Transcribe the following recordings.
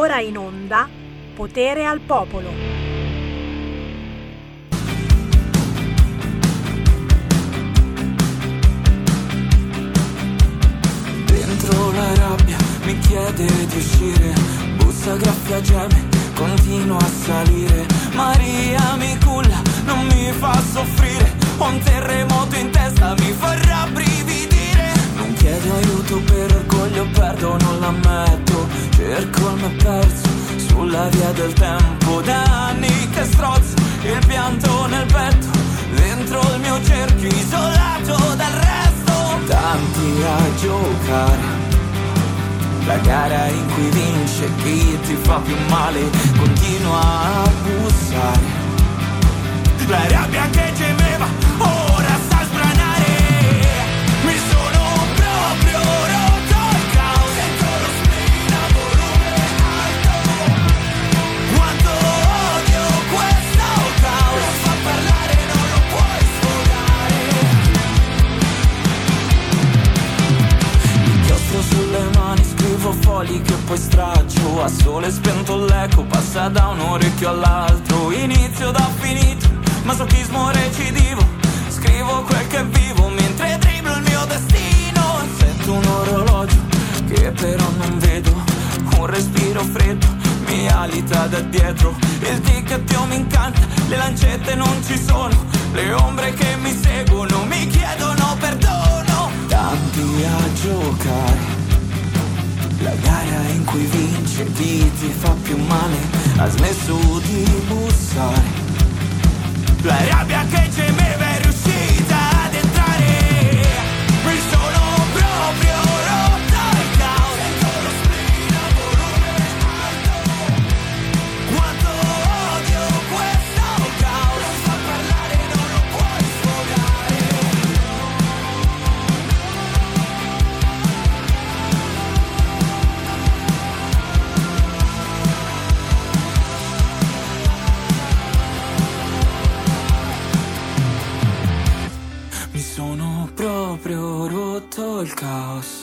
ora in onda Potere al Popolo. Dentro la rabbia mi chiede di uscire, bussa, graffia, geme, continua a salire. Maria mi culla, non mi fa soffrire, un terremoto in testa mi fa rabbrividire. Non chiedo aiuto per orgoglio, perdo, non l'ammetto. Cerco il me perso sulla via del tempo. Da anni che strozzo il pianto nel petto, dentro il mio cerchio isolato dal resto. Tanti a giocare, la gara in cui vince chi ti fa più male, continua a bussare. La rabbia che gemeva ora sta a sbranare. Mi sono proprio rotto il caos, dentro lo spleen a volume alto. Quanto odio questo caos, non fa parlare, non lo puoi sfogare. Inchiostro sulle mani, scrivo fogli che poi straccio. A sole spento l'eco, passa da un orecchio all'altro. Inizio da finito, masochismo recidivo. Scrivo quel che vivo mentre dribblo il mio destino. Sento un orologio che però non vedo, un respiro freddo mi alita da dietro. Il ticchettio mi incanta, le lancette non ci sono, le ombre che mi seguono mi chiedono perdono. Tanti a giocare, la gara in cui vince chi ti fa più male, ha smesso di bussare. La rabbia che gemeva è riuscita ad entrare. Mi sono proprio rotto il caos, dentro lo spleen a volume alto. Quanto odio questo caos, non fa parlare, non lo puoi sfogare. Mi sono proprio rotto il caos.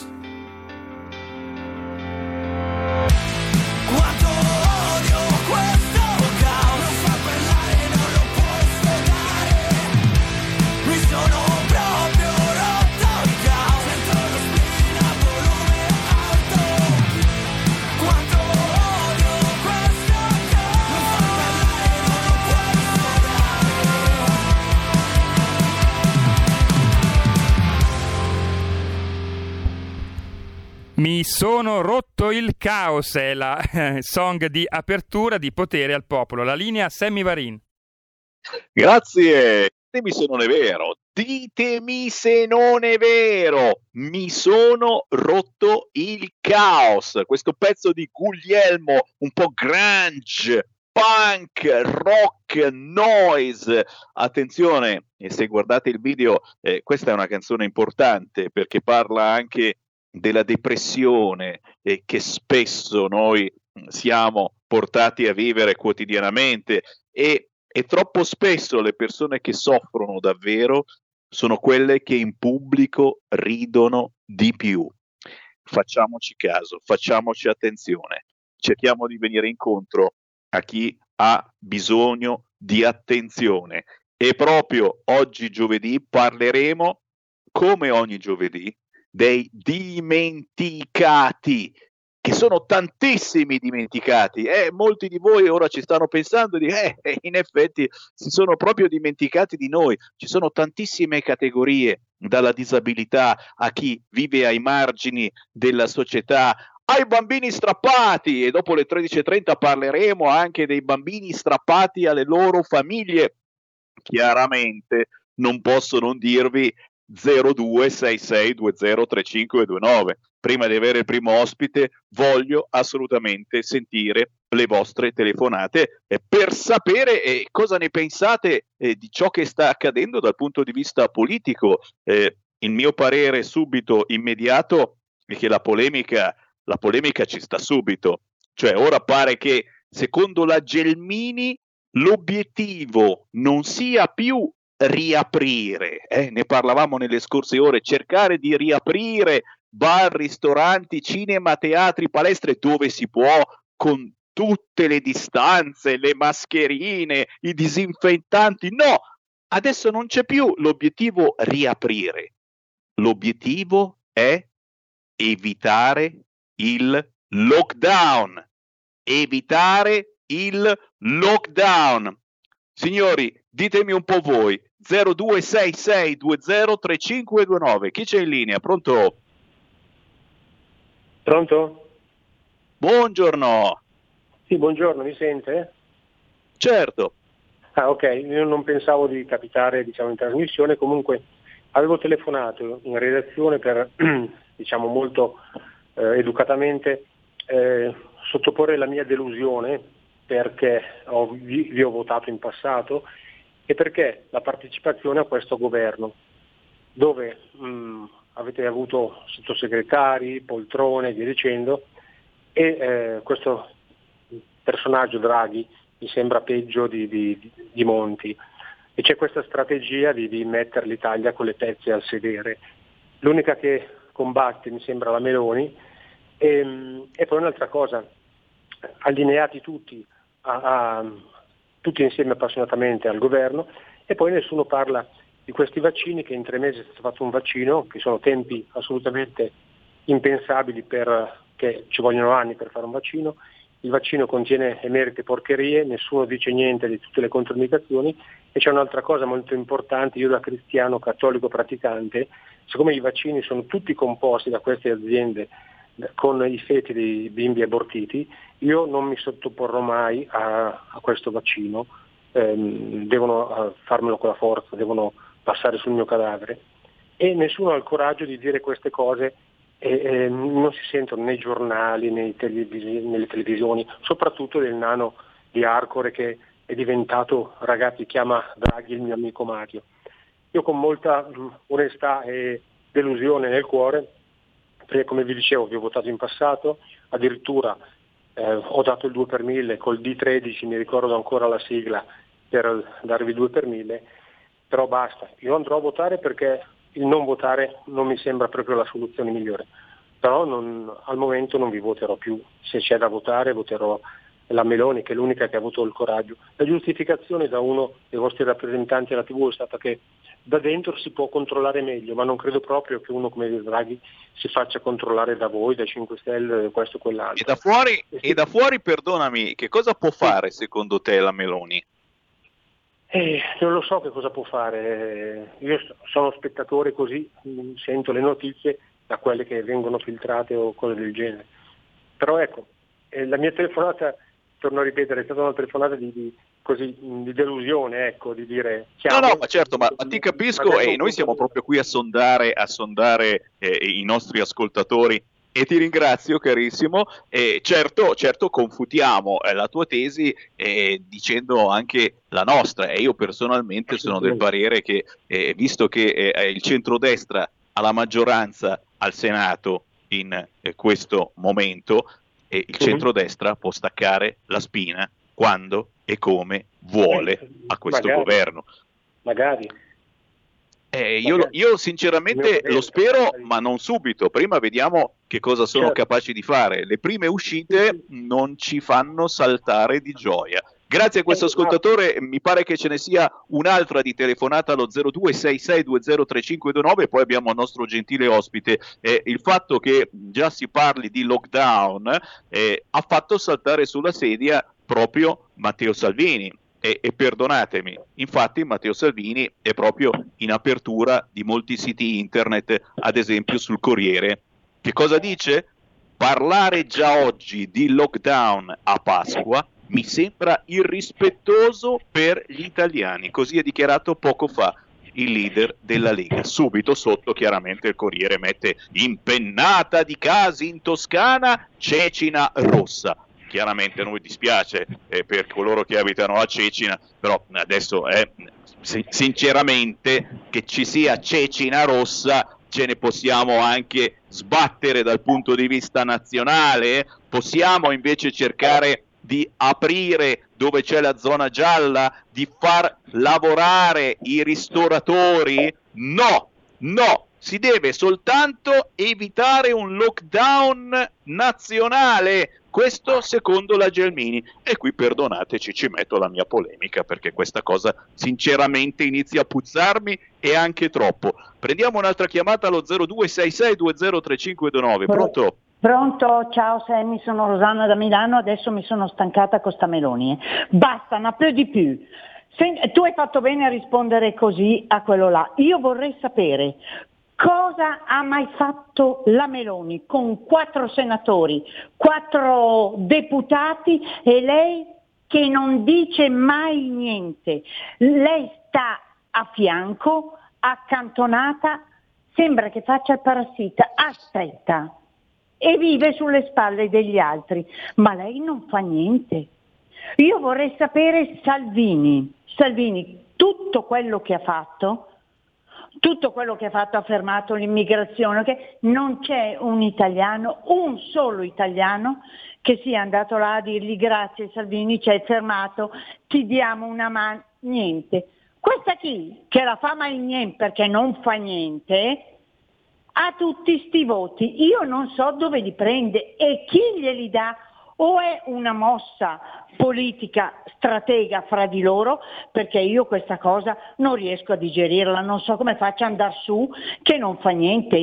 Quanto odio questo caos, non fa parlare, non lo puoi sfogare. Mi sono proprio rotto il caos, dentro lo spleen a volume alto. Quanto odio questo caos, non fa parlare, non lo puoi sfogare. Mi sono rotto il caos è la song di apertura di Potere al Popolo. La linea Sammy Varin. Grazie. Ditemi se non è vero. Ditemi se non è vero. Mi sono rotto il caos. Questo pezzo di Guglielmo, un po' grunge, punk, rock, noise. Attenzione, e se guardate il video, questa è una canzone importante perché parla anche della depressione che spesso noi siamo portati a vivere quotidianamente e troppo spesso le persone che soffrono davvero sono quelle che in pubblico ridono di più. Facciamoci caso, facciamoci attenzione, cerchiamo di venire incontro a chi ha bisogno di attenzione. E proprio oggi giovedì parleremo, come ogni giovedì, dei dimenticati, che sono tantissimi dimenticati. Molti di voi ora ci stanno pensando di in effetti si sono proprio dimenticati di noi. Ci sono tantissime categorie, dalla disabilità a chi vive ai margini della società, ai bambini strappati, e dopo le 13:30 parleremo anche dei bambini strappati alle loro famiglie. Chiaramente non posso non dirvi 0266203529. Prima di avere il primo ospite voglio assolutamente sentire le vostre telefonate per sapere cosa ne pensate di ciò che sta accadendo dal punto di vista politico. Il mio parere subito immediato è che la polemica ci sta subito, cioè ora pare che secondo la Gelmini l'obiettivo non sia più riaprire, ne parlavamo nelle scorse ore, cercare di riaprire bar, ristoranti, cinema, teatri, palestre dove si può, con tutte le distanze, le mascherine, i disinfettanti. No, adesso non c'è più l'obiettivo riaprire. L'obiettivo è evitare il lockdown. Evitare il lockdown. Signori, ditemi un po' voi. 0266203529. Chi c'è in linea? Pronto? Pronto? Buongiorno. Sì, buongiorno, mi sente? Certo. Ah, ok, io non pensavo di capitare, diciamo, in trasmissione, comunque avevo telefonato in redazione per, diciamo, molto educatamente sottoporre la mia delusione perché vi ho votato in passato e perché la partecipazione a questo governo, dove avete avuto sottosegretari, poltrone e via dicendo, e questo personaggio Draghi mi sembra peggio di Monti, e c'è questa strategia di mettere l'Italia con le pezze al sedere. L'unica che combatte mi sembra la Meloni, e poi un'altra cosa, allineati tutti tutti insieme appassionatamente al governo, e poi nessuno parla di questi vaccini, che in 3 mesi è stato fatto un vaccino, che sono tempi assolutamente impensabili, che ci vogliono anni per fare un vaccino. Il vaccino contiene emerite porcherie, nessuno dice niente di tutte le controindicazioni, e c'è un'altra cosa molto importante. Io, da cristiano cattolico praticante, siccome i vaccini sono tutti composti da queste aziende con i feti dei bimbi abortiti, io non mi sottoporrò mai a questo vaccino. Devono farmelo con la forza, devono passare sul mio cadavere, e nessuno ha il coraggio di dire queste cose, e non si sentono nei giornali, nelle televisioni, soprattutto del nano di Arcore che è diventato, ragazzi, chiama Draghi il mio amico Mario. Io, con molta onestà e delusione nel cuore, perché, come vi dicevo, vi ho votato in passato, addirittura ho dato il 2 per 1000 col D13, mi ricordo ancora la sigla per darvi 2 per 1000, però basta, io andrò a votare perché il non votare non mi sembra proprio la soluzione migliore, però al momento non vi voterò più. Se c'è da votare, voterò la Meloni, che è l'unica che ha avuto il coraggio. La giustificazione da uno dei vostri rappresentanti alla TV è stata che da dentro si può controllare meglio, ma non credo proprio che uno come Draghi si faccia controllare da voi, dai 5 Stelle, questo o quell'altro. E da fuori, perdonami, che cosa può fare secondo te la Meloni? Non lo so che cosa può fare. Io sono spettatore, così sento le notizie da quelle che vengono filtrate o cose del genere. Però ecco, la mia telefonata, torno a ripetere, è stata una telefonata di delusione, ecco, di dire... No, ma certo, ma ti capisco, e noi siamo proprio qui a sondare i nostri ascoltatori, e ti ringrazio, carissimo. Certo, confutiamo la tua tesi dicendo anche la nostra, e io personalmente sono del parere che, visto che il centrodestra ha la maggioranza al Senato in questo momento, il centrodestra può staccare la spina quando e come vuole a questo governo. Magari. Io sinceramente lo spero, ma non subito. Prima vediamo che cosa sono capaci di fare. Le prime uscite non ci fanno saltare di gioia. Grazie a questo ascoltatore, mi pare che ce ne sia un'altra di telefonata allo 0266203529, poi abbiamo il nostro gentile ospite. Il fatto che già si parli di lockdown ha fatto saltare sulla sedia proprio Matteo Salvini. E perdonatemi, infatti Matteo Salvini è proprio in apertura di molti siti internet, ad esempio sul Corriere. Che cosa dice? Parlare già oggi di lockdown a Pasqua mi sembra irrispettoso per gli italiani, così ha dichiarato poco fa il leader della Lega. Subito sotto, chiaramente, il Corriere mette: impennata di casi in Toscana, Cecina rossa. Chiaramente a noi dispiace per coloro che abitano a Cecina, però adesso sinceramente che ci sia Cecina rossa ce ne possiamo anche sbattere dal punto di vista nazionale. Possiamo invece cercare di aprire dove c'è la zona gialla, di far lavorare i ristoratori? No, si deve soltanto evitare un lockdown nazionale, Questo secondo la Gelmini, e qui perdonateci, ci metto la mia polemica perché questa cosa sinceramente inizia a puzzarmi e anche troppo. Prendiamo un'altra chiamata allo 0266203529. Pronto? Pronto, ciao Sammy, sono Rosanna da Milano, adesso mi sono stancata con sta Meloni. Basta, un po' di più. Tu hai fatto bene a rispondere così a quello là. Io vorrei sapere cosa ha mai fatto la Meloni con 4 senatori, 4 deputati e lei che non dice mai niente. Lei sta a fianco, accantonata, sembra che faccia il parassita, aspetta e vive sulle spalle degli altri, ma lei non fa niente. Io vorrei sapere Salvini, tutto quello che ha fatto, ha fermato l'immigrazione, che non c'è un italiano, un solo italiano che sia andato là a dirgli grazie Salvini, ci hai fermato, ti diamo una mano, niente. Questa chi? Che la fa mai niente perché non fa niente, ha tutti sti voti, io non so dove li prende e chi glieli dà. O è una mossa politica stratega fra di loro, perché io questa cosa non riesco a digerirla, non so come faccia ad andare su, che non fa niente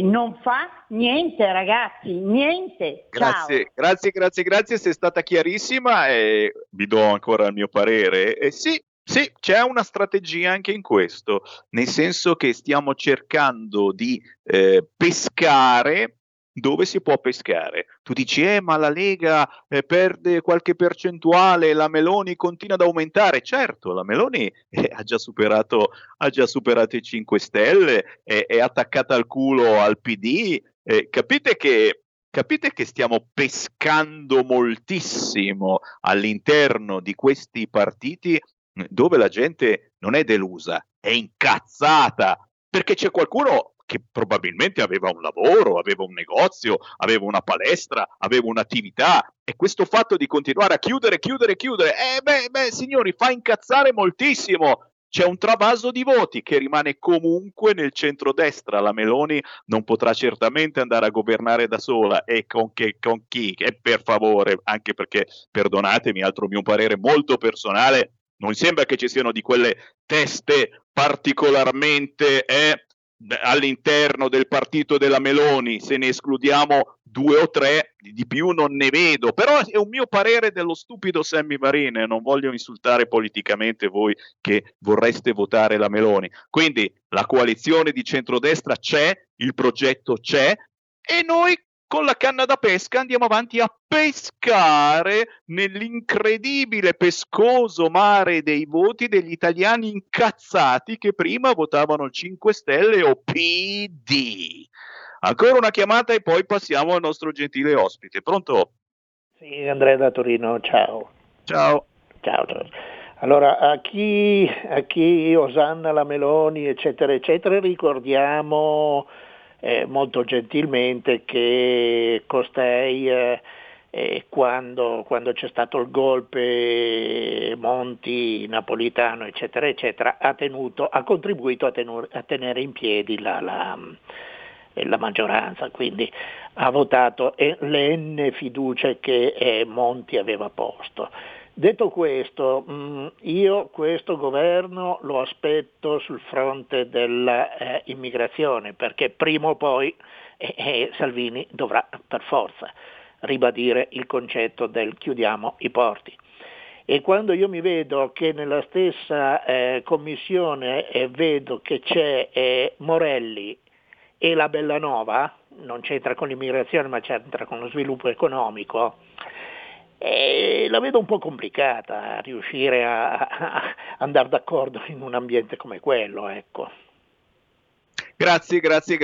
ragazzi, niente. Grazie, Ciao. grazie, sei stata chiarissima e vi do ancora il mio parere. Sì, c'è una strategia anche in questo, nel senso che stiamo cercando di pescare dove si può pescare. Tu dici, ma la Lega perde qualche percentuale, la Meloni continua ad aumentare. Certo, la Meloni ha già superato i 5 Stelle, è attaccata al culo al PD. Capite che stiamo pescando moltissimo all'interno di questi partiti dove la gente non è delusa, è incazzata, perché c'è qualcuno che probabilmente aveva un lavoro, aveva un negozio, aveva una palestra, aveva un'attività, e questo fatto di continuare a chiudere, signori, fa incazzare moltissimo. C'è un travaso di voti che rimane comunque nel centrodestra. La Meloni non potrà certamente andare a governare da sola, e con chi? E per favore, anche perché, perdonatemi, altro mio parere molto personale, non sembra che ci siano di quelle teste particolarmente all'interno del partito della Meloni. Se ne escludiamo 2 o 3, di più non ne vedo, però è un mio parere dello stupido Sammy Varin, non voglio insultare politicamente voi che vorreste votare la Meloni. Quindi la coalizione di centrodestra c'è, il progetto c'è, e noi con la canna da pesca andiamo avanti a pescare nell'incredibile pescoso mare dei voti degli italiani incazzati che prima votavano il 5 Stelle o PD. Ancora una chiamata e poi passiamo al nostro gentile ospite. Pronto? Sì, Andrea da Torino, ciao. Ciao. Allora, a chi osanna la Meloni, eccetera, eccetera, ricordiamo molto gentilmente che costei quando c'è stato il golpe Monti, Napolitano, eccetera, eccetera, ha contribuito a tenere in piedi la maggioranza, quindi ha votato le n fiducie che Monti aveva posto. Detto questo, io questo governo lo aspetto sul fronte dell'immigrazione, perché prima o poi Salvini dovrà per forza ribadire il concetto del chiudiamo i porti. E quando io mi vedo che nella stessa commissione vedo che c'è Morelli e la Bellanova, non c'entra con l'immigrazione ma c'entra con lo sviluppo economico, la vedo un po' complicata a riuscire a andare d'accordo in un ambiente come quello, ecco. Grazie.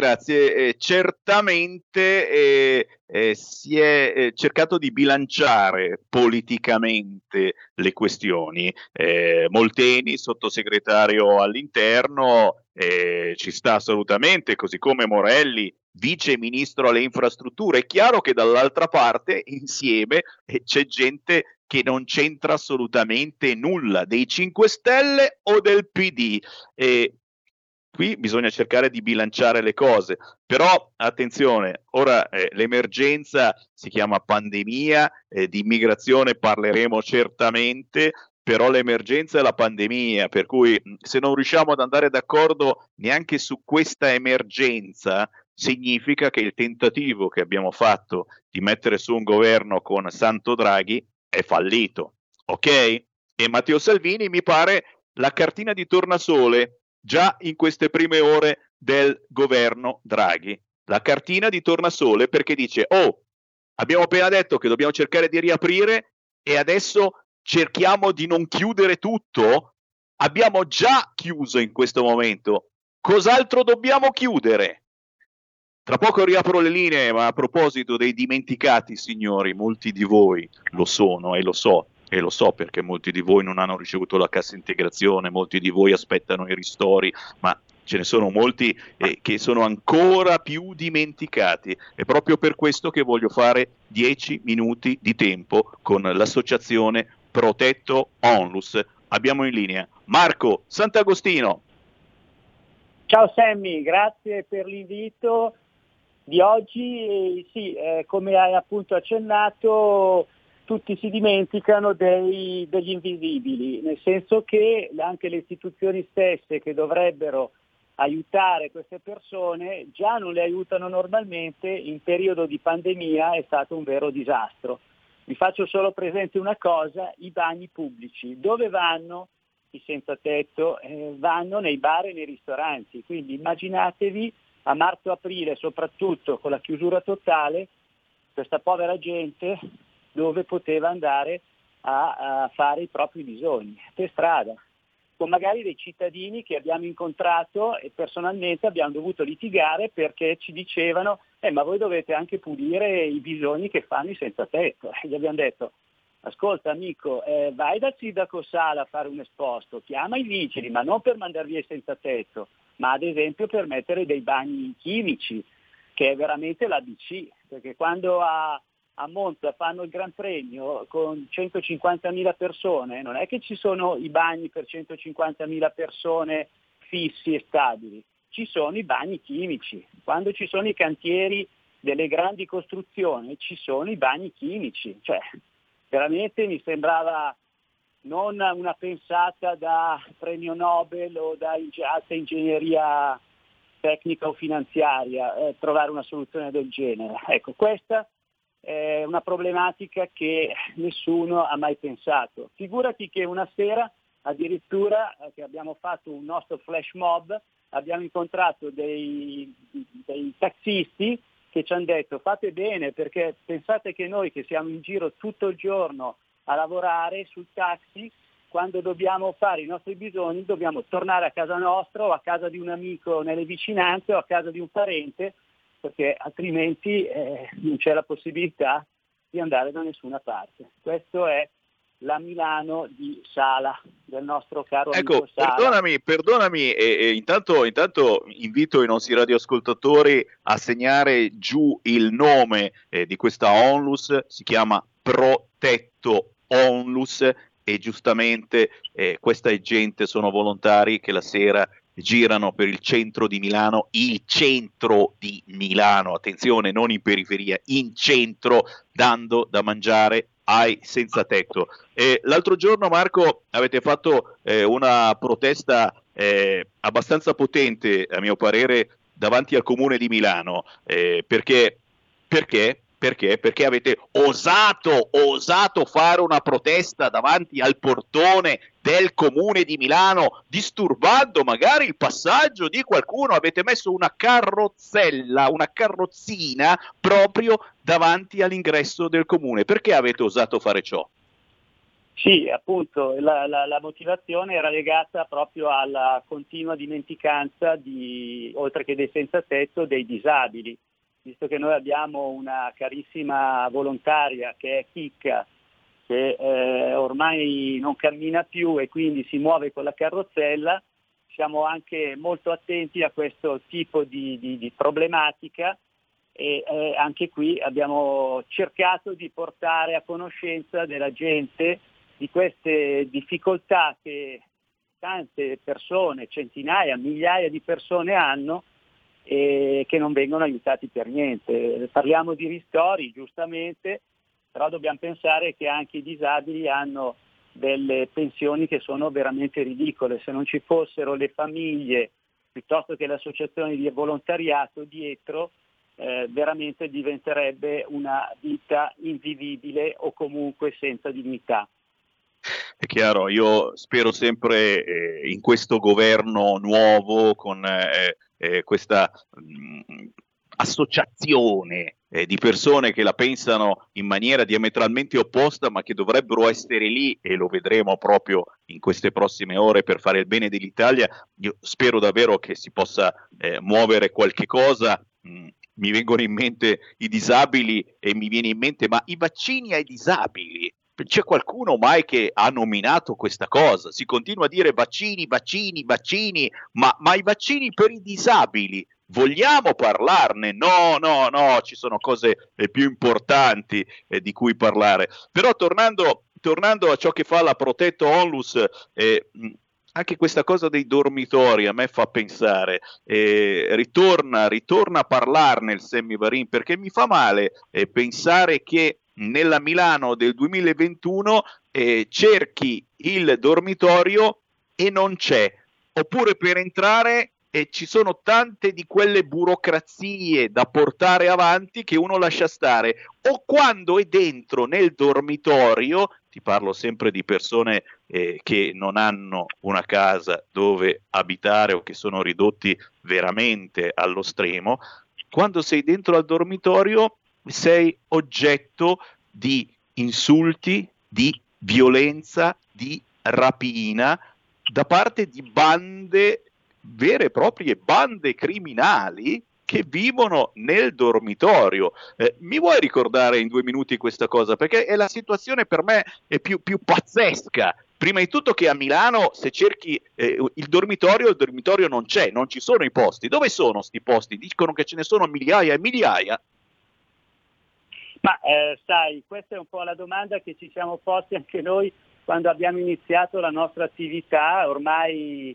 Certamente si è cercato di bilanciare politicamente le questioni. Molteni, sottosegretario all'interno, ci sta assolutamente, così come Morelli, vice ministro alle infrastrutture. È chiaro che dall'altra parte, insieme, c'è gente che non c'entra assolutamente nulla, dei 5 Stelle o del PD. Qui bisogna cercare di bilanciare le cose, però attenzione, ora l'emergenza si chiama pandemia, di immigrazione parleremo certamente, però l'emergenza è la pandemia, per cui se non riusciamo ad andare d'accordo neanche su questa emergenza, significa che il tentativo che abbiamo fatto di mettere su un governo con Santo Draghi è fallito, ok? E Matteo Salvini mi pare la cartina di tornasole già in queste prime ore del governo Draghi. La cartina di tornasole perché dice: oh, abbiamo appena detto che dobbiamo cercare di riaprire e adesso cerchiamo di non chiudere tutto? Abbiamo già chiuso in questo momento. Cos'altro dobbiamo chiudere? Tra poco riapro le linee, ma a proposito dei dimenticati, signori, molti di voi lo sono e lo so perché molti di voi non hanno ricevuto la cassa integrazione, molti di voi aspettano i ristori, ma ce ne sono molti che sono ancora più dimenticati. È proprio per questo che voglio fare 10 minuti di tempo con l'associazione Protetto Onlus. Abbiamo in linea Marco Sant'Agostino. Ciao Sammy, grazie per l'invito di oggi. Sì, come hai appunto accennato, tutti si dimenticano degli invisibili, nel senso che anche le istituzioni stesse che dovrebbero aiutare queste persone già non le aiutano normalmente. In periodo di pandemia è stato un vero disastro. Vi faccio solo presente una cosa: i bagni pubblici. Dove vanno i senza tetto? Vanno nei bar e nei ristoranti, quindi immaginatevi a marzo-aprile, soprattutto con la chiusura totale, questa povera gente dove poteva andare a fare i propri bisogni, per strada, con magari dei cittadini che abbiamo incontrato e personalmente abbiamo dovuto litigare perché ci dicevano ma voi dovete anche pulire i bisogni che fanno i senza tetto. E gli abbiamo detto: ascolta amico, vai dal sindaco Sala a fare un esposto, chiama i vigili, ma non per mandar via i senza tetto, ma ad esempio per mettere dei bagni chimici, che è veramente l'ABC, perché quando a Monza fanno il Gran Premio con 150.000 persone, non è che ci sono i bagni per 150.000 persone fissi e stabili, ci sono i bagni chimici. Quando ci sono i cantieri delle grandi costruzioni ci sono i bagni chimici, cioè veramente mi sembrava non una pensata da premio Nobel o da alta ingegneria tecnica o finanziaria trovare una soluzione del genere. Ecco, questa è una problematica che nessuno ha mai pensato. Figurati che una sera addirittura che abbiamo fatto un nostro flash mob, abbiamo incontrato dei taxisti che ci hanno detto: fate bene, perché pensate che noi che siamo in giro tutto il giorno a lavorare sul taxi, quando dobbiamo fare i nostri bisogni dobbiamo tornare a casa nostra o a casa di un amico nelle vicinanze o a casa di un parente, perché altrimenti non c'è la possibilità di andare da nessuna parte. Questo è la Milano di Sala, del nostro caro amico Sala. Perdonami, e intanto invito i nostri radioascoltatori a segnare giù il nome di questa Onlus. Si chiama Protetto Onlus e giustamente questa è gente, sono volontari che la sera girano per il centro di Milano, attenzione, non in periferia, in centro, dando da mangiare ai senza tetto. L'altro giorno, Marco, avete fatto una protesta abbastanza potente, a mio parere, davanti al comune di Milano, perché avete osato fare una protesta davanti al portone del comune di Milano, disturbando magari il passaggio di qualcuno. Avete messo una carrozzina proprio davanti all'ingresso del comune. Perché avete osato fare ciò? Sì, appunto, la motivazione era legata proprio alla continua dimenticanza oltre che dei senza tetto, dei disabili. Visto che noi abbiamo una carissima volontaria che è Chicca, che ormai non cammina più e quindi si muove con la carrozzella, siamo anche molto attenti a questo tipo di problematica e anche qui abbiamo cercato di portare a conoscenza della gente di queste difficoltà che tante persone, centinaia, migliaia di persone hanno e che non vengono aiutati per niente. Parliamo di ristori, giustamente, però dobbiamo pensare che anche i disabili hanno delle pensioni che sono veramente ridicole. Se non ci fossero le famiglie piuttosto che le associazioni di volontariato dietro, veramente diventerebbe una vita invivibile o comunque senza dignità. È chiaro, io spero sempre in questo governo nuovo con questa associazione di persone che la pensano in maniera diametralmente opposta, ma che dovrebbero essere lì, e lo vedremo proprio in queste prossime ore, per fare il bene dell'Italia. Io spero davvero che si possa muovere qualche cosa. Mi vengono in mente i disabili e mi viene in mente, ma i vaccini ai disabili? C'è qualcuno mai che ha nominato questa cosa? Si continua a dire vaccini, vaccini, vaccini, ma i vaccini per i disabili? Vogliamo parlarne? No, ci sono cose più importanti di cui parlare. Però tornando a ciò che fa la Protetto Onlus, anche questa cosa dei dormitori a me fa pensare, ritorna a parlarne il Sammy Varin, perché mi fa male pensare che nella Milano del 2021 cerchi il dormitorio e non c'è, oppure per entrare ci sono tante di quelle burocrazie da portare avanti che uno lascia stare, o quando è dentro nel dormitorio, ti parlo sempre di persone che non hanno una casa dove abitare o che sono ridotti veramente allo stremo, quando sei dentro al dormitorio sei oggetto di insulti, di violenza, di rapina da parte di bande, vere e proprie bande criminali che vivono nel dormitorio. Mi vuoi ricordare in 2 minuti questa cosa? Perché è la situazione per me è più pazzesca. Prima di tutto che a Milano, se cerchi il dormitorio non c'è, non ci sono i posti. Dove sono sti posti? Dicono che ce ne sono migliaia e migliaia. Ma sai, questa è un po' la domanda che ci siamo posti anche noi quando abbiamo iniziato la nostra attività, ormai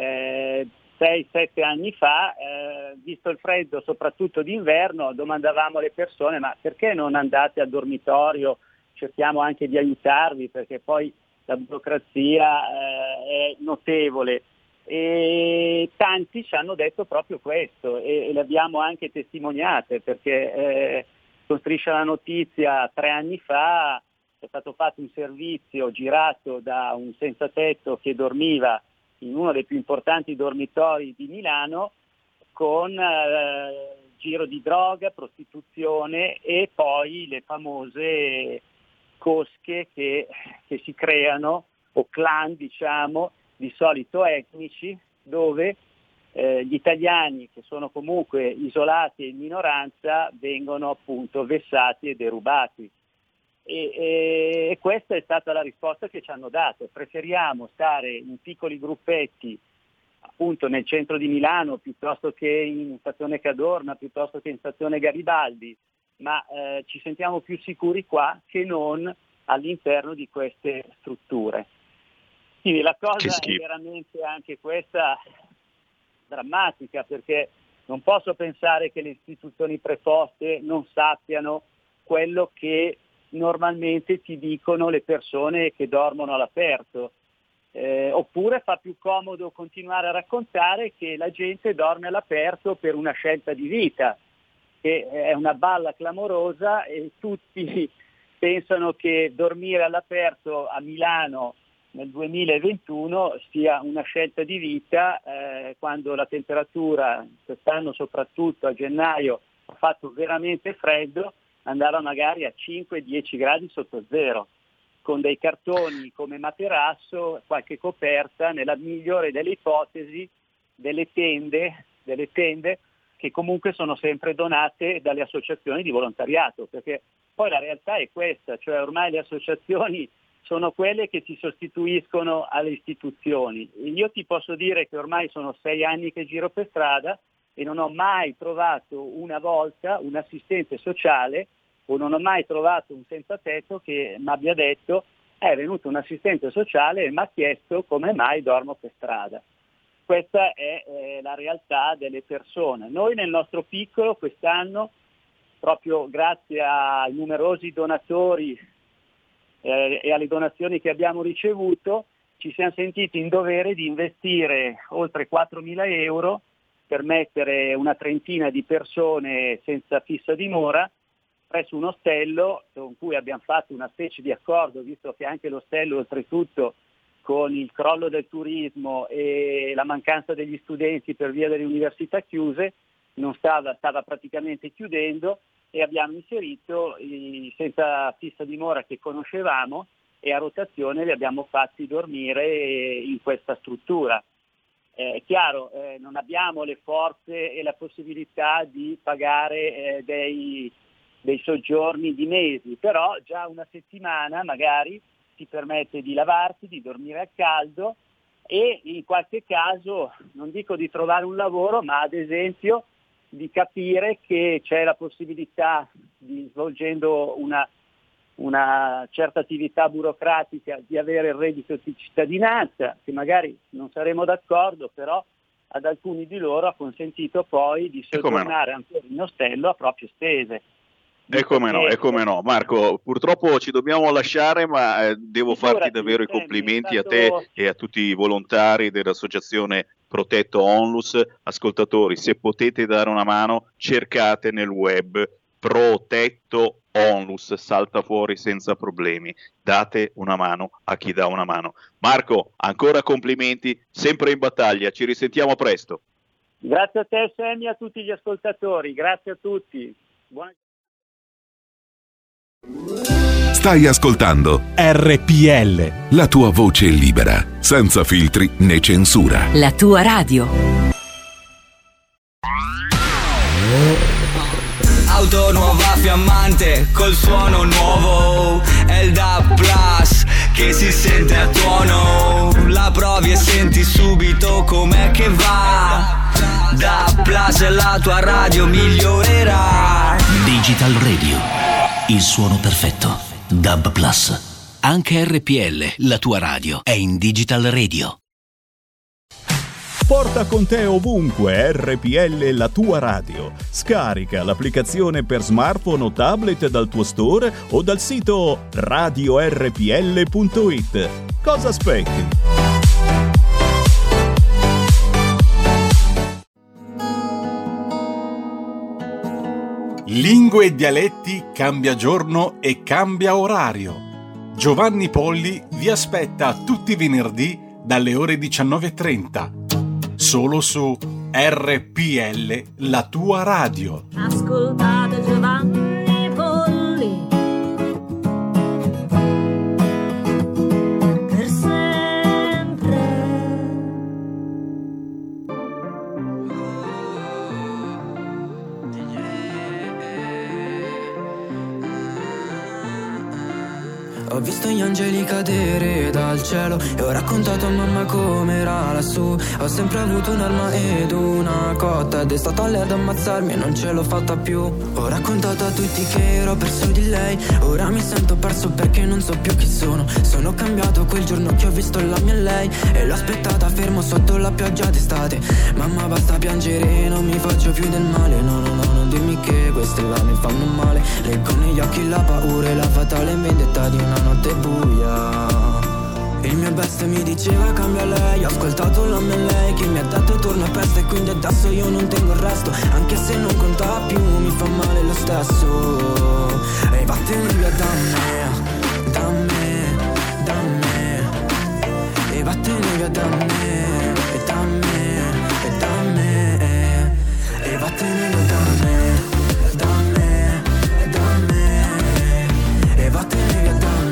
6-7 anni fa, visto il freddo soprattutto d'inverno, domandavamo alle persone: ma perché non andate al dormitorio? Cerchiamo anche di aiutarvi, perché poi la burocrazia è notevole. E tanti ci hanno detto proprio questo e le abbiamo anche testimoniate, perché con Striscia la Notizia 3 anni fa è stato fatto un servizio girato da un senza tetto che dormiva in uno dei più importanti dormitori di Milano, con giro di droga, prostituzione e poi le famose cosche che si creano, o clan diciamo, di solito etnici, dove gli italiani, che sono comunque isolati e in minoranza, vengono appunto vessati e derubati. E questa è stata la risposta che ci hanno dato: preferiamo stare in piccoli gruppetti appunto nel centro di Milano piuttosto che in stazione Cadorna, piuttosto che in stazione Garibaldi, ma ci sentiamo più sicuri qua che non all'interno di queste strutture. Quindi la cosa è veramente anche questa drammatica, perché non posso pensare che le istituzioni preposte non sappiano quello che normalmente ti dicono le persone che dormono all'aperto, oppure fa più comodo continuare a raccontare che la gente dorme all'aperto per una scelta di vita, che è una balla clamorosa, e tutti pensano che dormire all'aperto a Milano nel 2021 sia una scelta di vita, quando la temperatura quest'anno, soprattutto a gennaio, ha fatto veramente freddo, andava magari a 5-10 gradi sotto zero, con dei cartoni come materasso, qualche coperta, nella migliore delle ipotesi delle tende che comunque sono sempre donate dalle associazioni di volontariato, perché poi la realtà è questa, cioè ormai le associazioni sono quelle che si sostituiscono alle istituzioni. Io ti posso dire che ormai sono 6 anni che giro per strada e non ho mai trovato una volta un assistente sociale, o non ho mai trovato un senza tetto che mi abbia detto: è venuto un assistente sociale e mi ha chiesto come mai dormo per strada. Questa è la realtà delle persone. Noi nel nostro piccolo quest'anno, proprio grazie ai numerosi donatori e alle donazioni che abbiamo ricevuto, ci siamo sentiti in dovere di investire oltre 4.000 euro per mettere una trentina di persone senza fissa dimora presso un ostello con cui abbiamo fatto una specie di accordo, visto che anche l'ostello oltretutto con il crollo del turismo e la mancanza degli studenti per via delle università chiuse non stava praticamente chiudendo, e abbiamo inserito i senza fissa dimora che conoscevamo e a rotazione li abbiamo fatti dormire in questa struttura. È chiaro, non abbiamo le forze e la possibilità di pagare dei soggiorni di mesi, però già una settimana magari ti permette di lavarti, di dormire a caldo e in qualche caso, non dico di trovare un lavoro, ma ad esempio di capire che c'è la possibilità di, svolgendo una certa attività burocratica, di avere il reddito di cittadinanza, che magari non saremo d'accordo, però ad alcuni di loro ha consentito poi di soggiornare ancora in ostello a proprie spese. E come no, Marco, purtroppo ci dobbiamo lasciare, ma devo farti davvero i complimenti a te e a tutti i volontari dell'associazione Protetto Onlus. Ascoltatori, se potete dare una mano, cercate nel web Protetto Onlus, salta fuori senza problemi. Date una mano a chi dà una mano. Marco, ancora complimenti, sempre in battaglia, ci risentiamo presto. Grazie a te, Sammy, e a tutti gli ascoltatori, grazie a tutti. Stai ascoltando RPL, la tua voce libera, senza filtri né censura. La tua radio. Auto nuova fiammante col suono nuovo, è il DAB Plus che si sente a tuono. La provi e senti subito com'è che va. DAB Plus e la tua radio migliorerà. Digital Radio, il suono perfetto. DAB Plus. Anche RPL, la tua radio, è in Digital Radio. Porta con te ovunque RPL, la tua radio. Scarica l'applicazione per smartphone o tablet dal tuo store o dal sito radiorpl.it. Cosa aspetti? Lingue e dialetti cambia giorno e cambia orario. Giovanni Polli vi aspetta tutti i venerdì dalle ore 19:30. Solo su RPL, la tua radio. Ascoltate Giovanni Polli. Per sempre. Ho visto gli angeli cadere dal cielo e ho raccontato a mamma com'era lassù. Ho sempre avuto un'arma ed una cotta ed è stato lei ad ammazzarmi e non ce l'ho fatta più. Ho raccontato a tutti che ero perso di lei, ora mi sento perso perché non so più chi sono. Sono cambiato quel giorno che ho visto la mia lei e l'ho aspettata fermo sotto la pioggia d'estate. Mamma basta piangere, non mi faccio più del male. No, no, no, non dimmi che queste là mi fanno male. Leggo negli occhi la paura e la fatale vendetta di una notte buia. Il mio best mi diceva cambia lei. Ho ascoltato la mia lei che mi ha detto torna presto e quindi adesso io non tengo il resto. Anche se non conta più mi fa male lo stesso. E vattene via da me, da me, da me. E vattene via da me, da me, da me. E vattene via da me, da me, da me. E vattene via da me.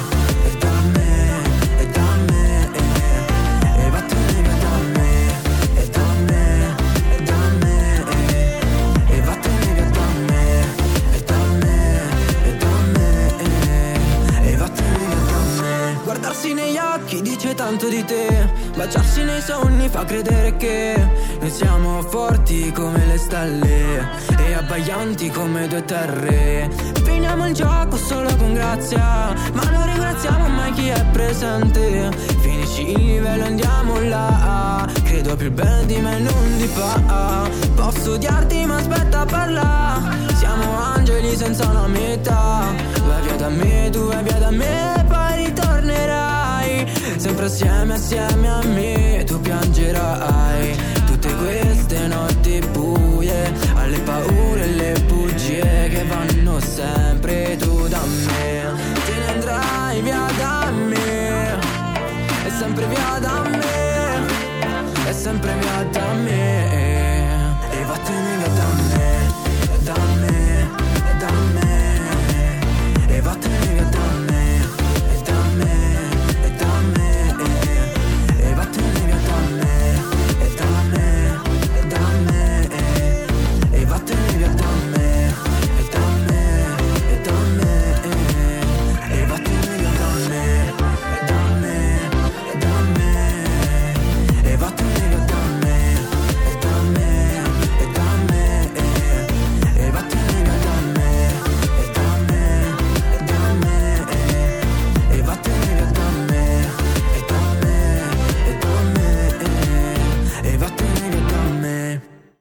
Negli occhi dice tanto di te, baciarsi nei sogni fa credere che noi siamo forti come le stelle e abbaglianti come due terre. Finiamo il gioco solo con grazia, ma non ringraziamo mai chi chi è presente. Finisci il livello, andiamo là. Credo più il bene di me, non di pa. Posso odiarti ma aspetta parla. Siamo angeli senza una metà. Vai via da me, tu vai via da me, poi ritornerai. Sempre assieme, assieme a me, tu piangerai. Tutte queste notti buie, alle paure e le bugie che vanno sempre tu da me. Te ne andrai via da me, e sempre via da me, e sempre via da me. E vattene via da me, da me, da me. E vattene via da me, da me, da me. E vattene via da me, da me, da me. E vattene via da me, da me, da me. E vattene via da me, da me, da me. E vattene via da me, da me, da me. E vattene via da me, da me, da me. E vattene via da me, da me, da me. E vattene via da me.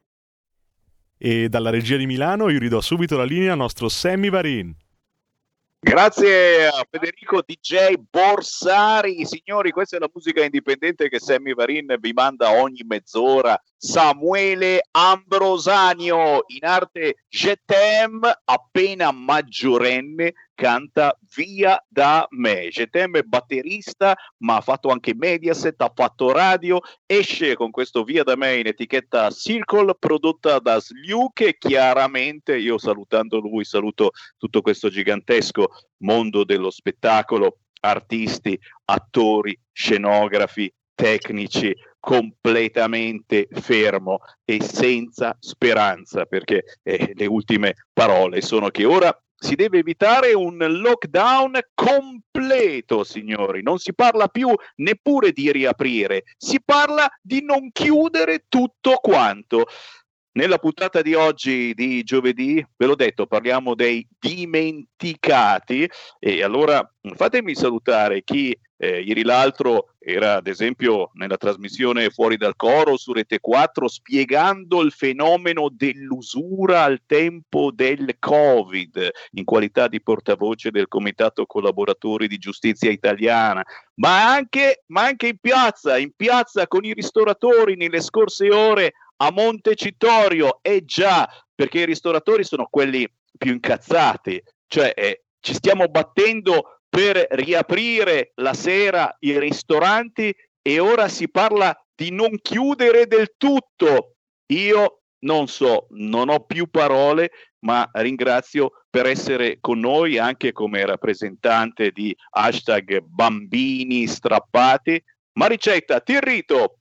E dalla regia di Milano io ridò subito la linea al nostro Sammy Varin. Grazie a Federico DJ Borsari. Signori, questa è la musica indipendente che Sammy Varin vi manda ogni mezz'ora. Samuele Ambrosanio, in arte Je t'aime, appena maggiorenne, canta Via da me. Je t'aime è batterista, ma ha fatto anche Mediaset, ha fatto radio, esce con questo Via da me in etichetta Circle, prodotta da Sluke, e chiaramente io, salutando lui, saluto tutto questo gigantesco mondo dello spettacolo, artisti, attori, scenografi, tecnici, completamente fermo e senza speranza, perché le ultime parole sono che ora si deve evitare un lockdown completo, signori. Non si parla più neppure di riaprire, si parla di non chiudere tutto quanto. Nella puntata di oggi, di giovedì, ve l'ho detto, parliamo dei dimenticati, e allora fatemi salutare chi ieri l'altro era ad esempio nella trasmissione Fuori dal Coro su Rete 4 spiegando il fenomeno dell'usura al tempo del Covid in qualità di portavoce del Comitato Collaboratori di Giustizia Italiana, ma anche in piazza con i ristoratori nelle scorse ore a Montecitorio. Già, perché i ristoratori sono quelli più incazzati, cioè ci stiamo battendo per riaprire la sera i ristoranti e ora si parla di non chiudere del tutto. Io non so, non ho più parole, ma ringrazio per essere con noi anche come rappresentante di #bambini strappati. Maricetta Tirrito.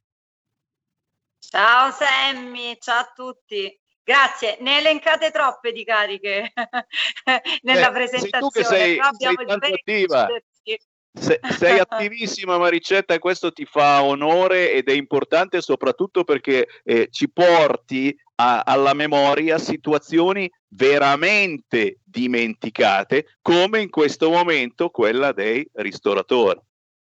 Ciao Sammy, ciao a tutti. Grazie, ne elencate troppe di cariche nella presentazione. Sei tu che sei tanto attiva. Sei attivissima, Maricetta, e questo ti fa onore ed è importante soprattutto perché ci porti alla memoria situazioni veramente dimenticate, come in questo momento quella dei ristoratori.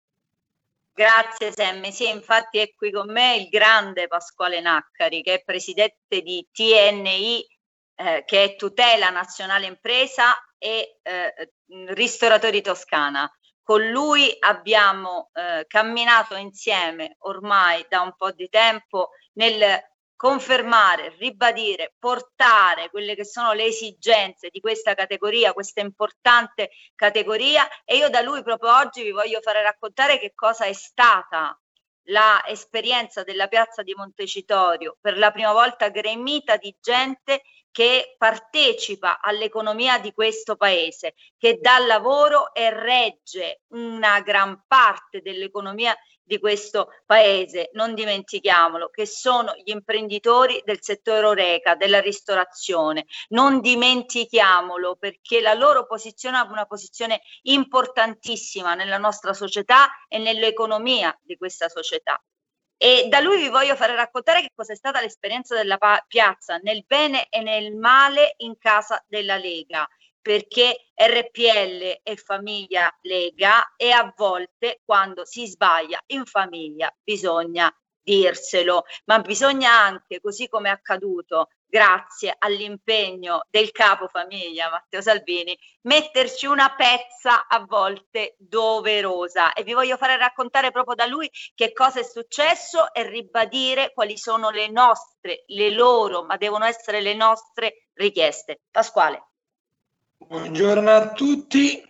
Grazie Sammy, sì, infatti è qui con me il grande Pasquale Naccari, che è presidente di TNI, che è Tutela Nazionale Impresa e Ristoratori Toscana. Con lui abbiamo camminato insieme ormai da un po' di tempo nel confermare, ribadire, portare quelle che sono le esigenze di questa categoria, questa importante categoria, e io da lui proprio oggi vi voglio fare raccontare che cosa è stata la esperienza della piazza di Montecitorio, per la prima volta gremita di gente che partecipa all'economia di questo paese, che dà lavoro e regge una gran parte dell'economia di questo paese. Non dimentichiamolo, che sono gli imprenditori del settore Horeca, della ristorazione. Non dimentichiamolo, perché la loro posizione è una posizione importantissima nella nostra società e nell'economia di questa società. E da lui vi voglio fare raccontare che cosa è stata l'esperienza della piazza nel bene e nel male in casa della Lega, perché RPL è famiglia Lega e a volte quando si sbaglia in famiglia bisogna dirselo, ma bisogna anche, così come è accaduto grazie all'impegno del capofamiglia Matteo Salvini, metterci una pezza a volte doverosa, e vi voglio fare raccontare proprio da lui che cosa è successo e ribadire quali sono le nostre, le loro, ma devono essere le nostre richieste. Pasquale. Buongiorno a tutti,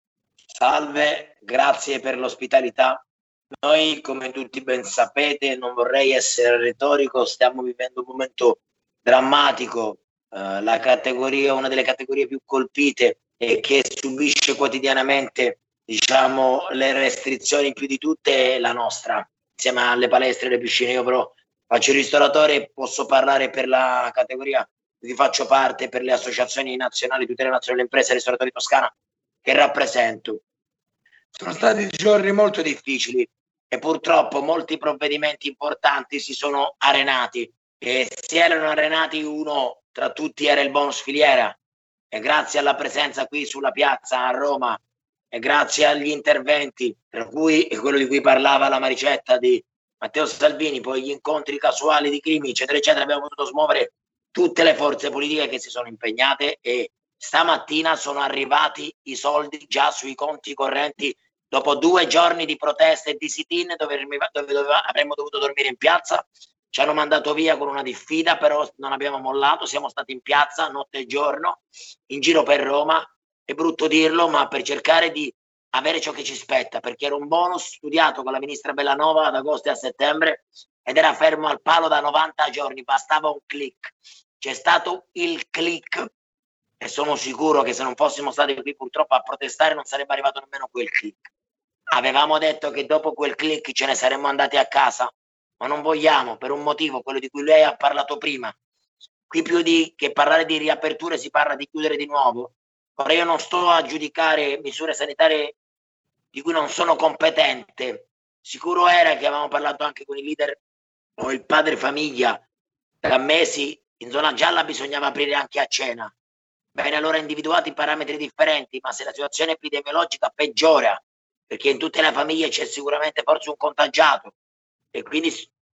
salve, grazie per l'ospitalità. Noi, come tutti ben sapete, non vorrei essere retorico, stiamo vivendo un momento drammatico, la categoria, una delle categorie più colpite e che subisce quotidianamente, diciamo, le restrizioni più di tutte è la nostra, insieme alle palestre e alle piscine. Io però faccio il ristoratore, posso parlare per la categoria di cui faccio parte, per le associazioni nazionali, tutele nazionali delle imprese e ristoratori Toscana che rappresento. Sono stati giorni molto difficili e purtroppo molti provvedimenti importanti si sono arenati, e si erano arenati. Uno tra tutti era il bonus filiera, e grazie alla presenza qui sulla piazza a Roma e grazie agli interventi, per cui quello di cui parlava la Maricetta di Matteo Salvini, poi gli incontri casuali di Crimi, eccetera eccetera, abbiamo potuto smuovere tutte le forze politiche che si sono impegnate, e stamattina sono arrivati i soldi già sui conti correnti dopo 2 giorni di proteste e di sit-in dove avremmo dovuto dormire in piazza. Ci hanno mandato via con una diffida, però non abbiamo mollato, siamo stati in piazza notte e giorno, in giro per Roma, è brutto dirlo, ma per cercare di avere ciò che ci spetta, perché era un bonus studiato con la ministra Bellanova ad agosto e a settembre ed era fermo al palo da 90 giorni, bastava un click. C'è stato il click e sono sicuro che se non fossimo stati qui purtroppo a protestare non sarebbe arrivato nemmeno quel click. Avevamo detto che dopo quel click ce ne saremmo andati a casa, ma non vogliamo, per un motivo, quello di cui lei ha parlato prima. Qui più di che parlare di riaperture si parla di chiudere di nuovo. Ora io non sto a giudicare misure sanitarie di cui non sono competente. Sicuro era che avevamo parlato anche con il leader o il padre famiglia da mesi, in zona gialla bisognava aprire anche a cena. Bene, allora individuati parametri differenti, ma se la situazione epidemiologica peggiora, perché in tutte le famiglie c'è sicuramente forse un contagiato e quindi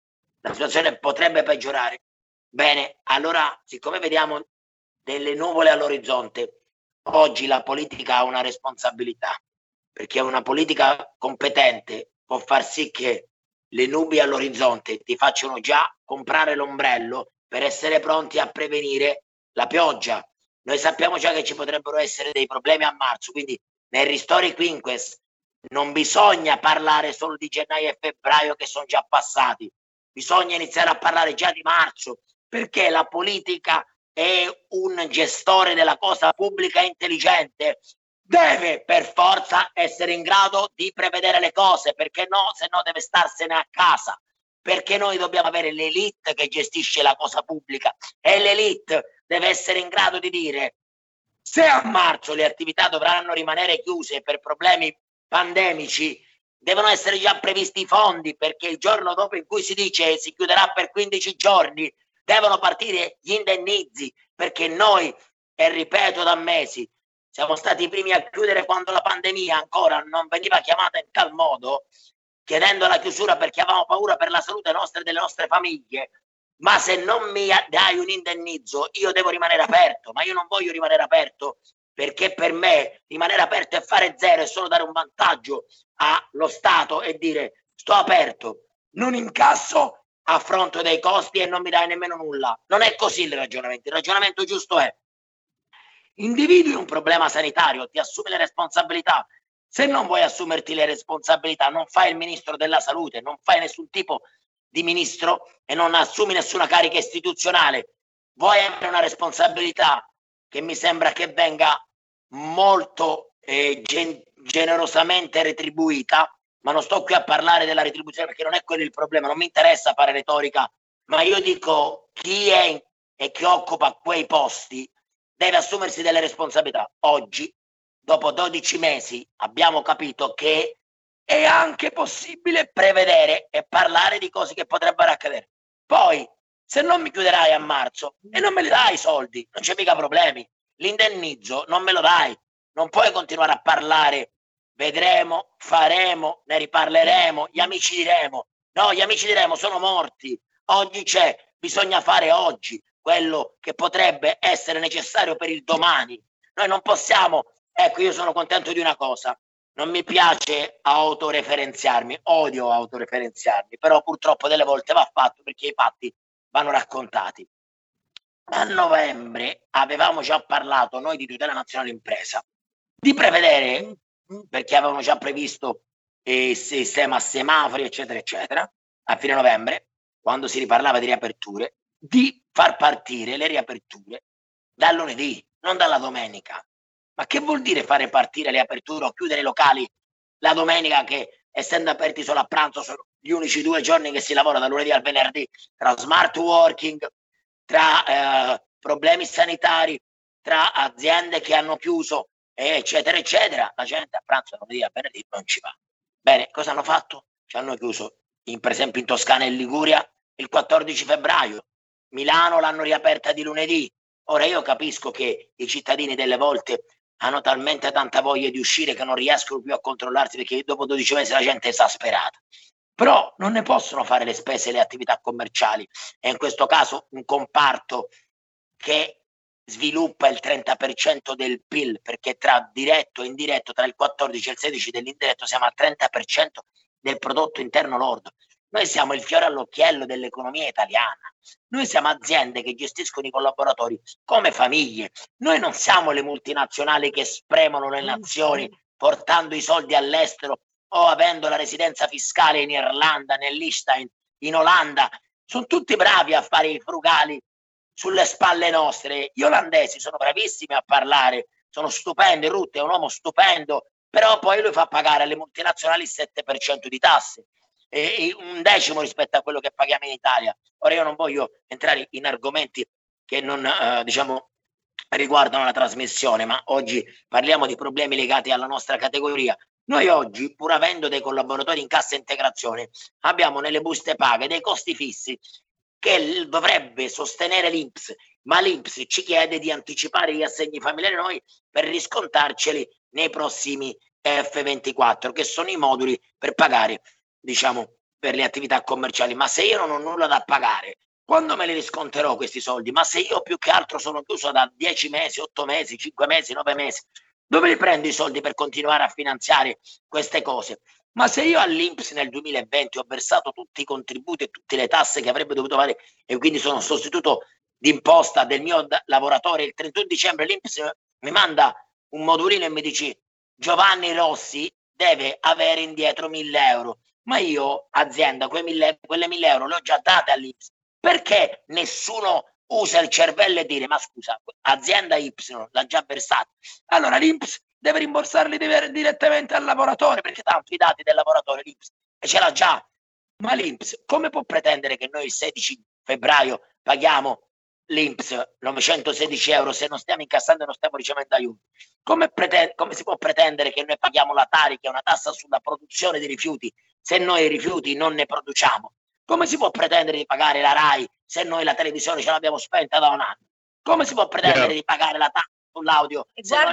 la situazione potrebbe peggiorare, bene, allora siccome vediamo delle nuvole all'orizzonte, oggi la politica ha una responsabilità, perché una politica competente può far sì che le nubi all'orizzonte ti facciano già comprare l'ombrello per essere pronti a prevenire la pioggia. Noi sappiamo già che ci potrebbero essere dei problemi a marzo, quindi nel ristori quinques non bisogna parlare solo di gennaio e febbraio che sono già passati, bisogna iniziare a parlare già di marzo, perché la politica è un gestore della cosa pubblica intelligente, deve per forza essere in grado di prevedere le cose, perché no, se no deve starsene a casa, perché noi dobbiamo avere l'elite che gestisce la cosa pubblica e l'elite deve essere in grado di dire se a marzo le attività dovranno rimanere chiuse per problemi pandemici, devono essere già previsti i fondi, perché il giorno dopo in cui si dice si chiuderà per 15 giorni devono partire gli indennizi, perché noi, e ripeto da mesi, siamo stati i primi a chiudere quando la pandemia ancora non veniva chiamata in tal modo, chiedendo la chiusura perché avevamo paura per la salute nostra e delle nostre famiglie. Ma se non mi dai un indennizzo io devo rimanere aperto, ma io non voglio rimanere aperto, perché per me rimanere aperto è fare zero, è solo dare un vantaggio allo Stato e dire sto aperto, non incasso, affronto dei costi e non mi dai nemmeno nulla. Non è così il ragionamento giusto è individui un problema sanitario, ti assumi le responsabilità. Se non vuoi assumerti le responsabilità non fai il ministro della salute, non fai nessun tipo di ministro e non assumi nessuna carica istituzionale. Vuoi avere una responsabilità che mi sembra che venga molto generosamente retribuita, ma non sto qui a parlare della retribuzione perché non è quello il problema, non mi interessa fare retorica, ma io dico chi è e chi occupa quei posti deve assumersi delle responsabilità. Oggi, dopo 12 mesi, abbiamo capito che è anche possibile prevedere e parlare di cose che potrebbero accadere. Poi, se non mi chiuderai a marzo e non me li dai i soldi, non c'è mica problemi. l'indennizzo non me lo dai, non puoi continuare a parlare, vedremo, faremo, ne riparleremo, gli amici diremo. No, gli amici diremo sono morti, oggi c'è, bisogna fare oggi quello che potrebbe essere necessario per il domani. Noi non possiamo, ecco, io sono contento di una cosa, non mi piace autoreferenziarmi, odio autoreferenziarmi, però purtroppo delle volte va fatto perché i fatti vanno raccontati. A novembre avevamo già parlato noi di tutela nazionale impresa, di prevedere, perché avevamo già previsto il sistema a semafori eccetera eccetera, a fine novembre, quando si riparlava di riaperture, di far partire le riaperture dal lunedì, non dalla domenica. Ma che vuol dire fare partire le aperture o chiudere i locali la domenica, che essendo aperti solo a pranzo sono gli unici 2 giorni che si lavora da lunedì al venerdì, tra smart working, tra problemi sanitari, tra aziende che hanno chiuso eccetera eccetera, la gente a pranzo da lunedì al venerdì non ci va. Bene, cosa hanno fatto? Ci hanno chiuso per esempio in Toscana e Liguria il 14 febbraio, Milano l'hanno riaperta di lunedì. Ora io capisco che i cittadini delle volte hanno talmente tanta voglia di uscire che non riescono più a controllarsi, perché dopo 12 mesi la gente è esasperata. Però non ne possono fare le spese le attività commerciali, e in questo caso un comparto che sviluppa il 30% del PIL, perché tra diretto e indiretto, tra il 14 e il 16 dell'indiretto siamo al 30% del prodotto interno lordo. Noi siamo il fiore all'occhiello dell'economia italiana. Noi siamo aziende che gestiscono i collaboratori come famiglie. Noi non siamo le multinazionali che spremono le nazioni portando i soldi all'estero o avendo la residenza fiscale in Irlanda, nel Liechtenstein, in Olanda. Sono tutti bravi a fare i frugali sulle spalle nostre. Gli olandesi sono bravissimi a parlare, sono stupendi. Rutte è un uomo stupendo, però poi lui fa pagare alle multinazionali il 7% di tasse. E un decimo rispetto a quello che paghiamo in Italia. Ora io non voglio entrare in argomenti che non riguardano la trasmissione, ma oggi parliamo di problemi legati alla nostra categoria. Noi oggi, pur avendo dei collaboratori in cassa integrazione, abbiamo nelle buste paga dei costi fissi che dovrebbe sostenere l'INPS, ma l'INPS ci chiede di anticipare gli assegni familiari noi per riscontarceli nei prossimi F24, che sono i moduli per pagare, diciamo, per le attività commerciali. Ma se io non ho nulla da pagare, quando me li risconterò questi soldi? Ma se io più che altro sono chiuso da 10 mesi, 8 mesi, 5 mesi, 9 mesi, dove li prendo i soldi per continuare a finanziare queste cose? Ma se io all'INPS nel 2020 ho versato tutti i contributi e tutte le tasse che avrebbe dovuto fare, e quindi sono sostituto d'imposta del mio lavoratore, il 31 dicembre l'INPS mi manda un modulino e mi dice: Giovanni Rossi deve avere indietro 1.000 euro. Ma io, azienda, quelle 1.000 euro le ho già date all'INPS. Perché nessuno usa il cervello e dire: ma scusa, azienda Y l'ha già versata, allora l'INPS deve rimborsarli direttamente al lavoratore, perché tanto i dati del lavoratore l'INPS ce l'ha già. Ma l'INPS come può pretendere che noi il 16 febbraio paghiamo l'INPS 916 euro se non stiamo incassando e non stiamo ricevendo aiuti? Come si può pretendere che noi paghiamo la Tari, che è una tassa sulla produzione di rifiuti, se noi i rifiuti non ne produciamo? Come si può pretendere di pagare la RAI se noi la televisione ce l'abbiamo spenta da un anno? Come si può pretendere di pagare la tassa sull'audio?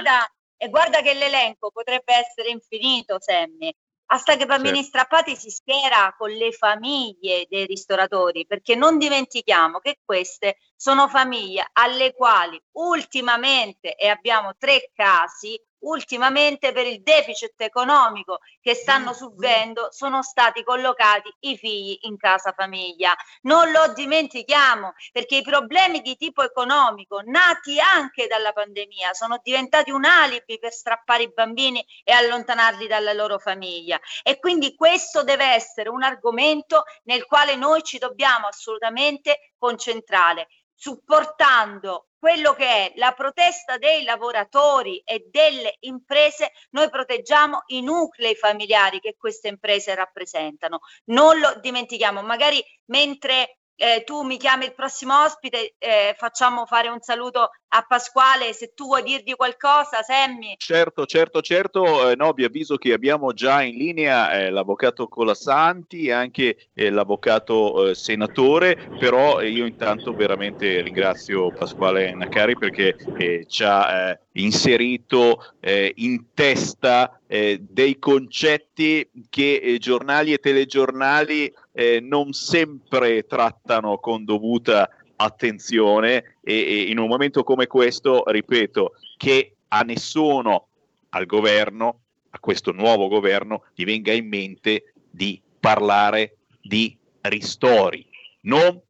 E guarda che l'elenco potrebbe essere infinito, Sammy. Hasta che Bambini Strappati si schiera con le famiglie dei ristoratori, perché non dimentichiamo che queste sono famiglie alle quali ultimamente, e abbiamo 3 casi, ultimamente per il deficit economico che stanno subendo sono stati collocati i figli in casa famiglia. Non lo dimentichiamo, perché i problemi di tipo economico nati anche dalla pandemia sono diventati un alibi per strappare i bambini e allontanarli dalla loro famiglia, e quindi questo deve essere un argomento nel quale noi ci dobbiamo assolutamente concentrare, supportando quello che è la protesta dei lavoratori e delle imprese. Noi proteggiamo i nuclei familiari che queste imprese rappresentano, non lo dimentichiamo. Magari mentre tu mi chiami il prossimo ospite facciamo fare un saluto a Pasquale, se tu vuoi dirgli qualcosa, Semmi. Certo, no, vi avviso che abbiamo già in linea l'avvocato Colasanti e anche l'avvocato senatore, però io intanto veramente ringrazio Pasquale Naccari perché ci ha inserito in testa dei concetti che giornali e telegiornali non sempre trattano con dovuta attenzione e in un momento come questo, ripeto, che a nessuno al governo, a questo nuovo governo, gli venga in mente di parlare di ristori. Non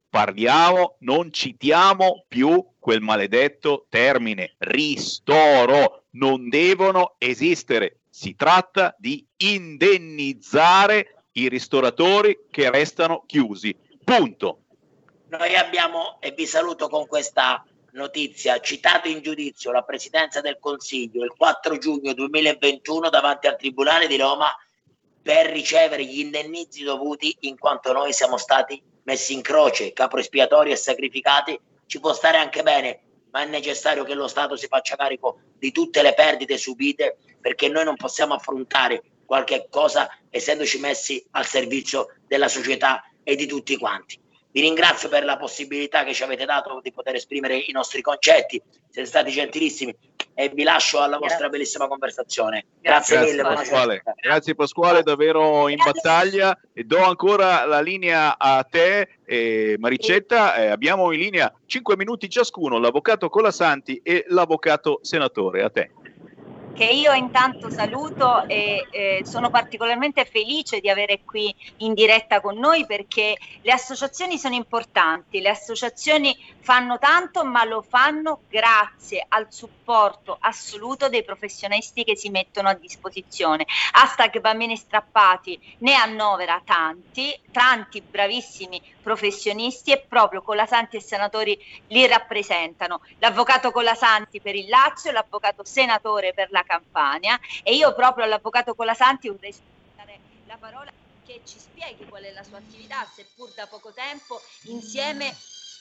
citiamo più quel maledetto termine ristoro, non devono esistere. Si tratta di indennizzare i ristoratori che restano chiusi. Punto. Noi abbiamo, e vi saluto con questa notizia, citato in giudizio la Presidenza del Consiglio il 4 giugno 2021 davanti al Tribunale di Roma per ricevere gli indennizzi dovuti in quanto noi siamo stati messi in croce, capro espiatori e sacrificati. Ci può stare anche bene, ma è necessario che lo Stato si faccia carico di tutte le perdite subite, perché noi non possiamo affrontare qualche cosa essendoci messi al servizio della società e di tutti quanti. Vi ringrazio per la possibilità che ci avete dato di poter esprimere i nostri concetti, siete stati gentilissimi e vi lascio alla vostra bellissima conversazione. Grazie mille Pasquale. Grazie Pasquale, davvero in battaglia, e do ancora la linea a te Maricetta. Abbiamo in linea 5 minuti ciascuno l'avvocato Colasanti e l'avvocato senatore. A te. Che io intanto saluto e sono particolarmente felice di avere qui in diretta con noi, perché le associazioni sono importanti, le associazioni fanno tanto, ma lo fanno grazie al supporto assoluto dei professionisti che si mettono a disposizione. #Bambini Strappati ne annovera tanti bravissimi professionisti, e proprio Colasanti e senatori li rappresentano. L'avvocato Colasanti per il Lazio, l'avvocato senatore per la Campania, e io proprio all'avvocato Colasanti vorrei dare la parola che ci spieghi qual è la sua attività, seppur da poco tempo, insieme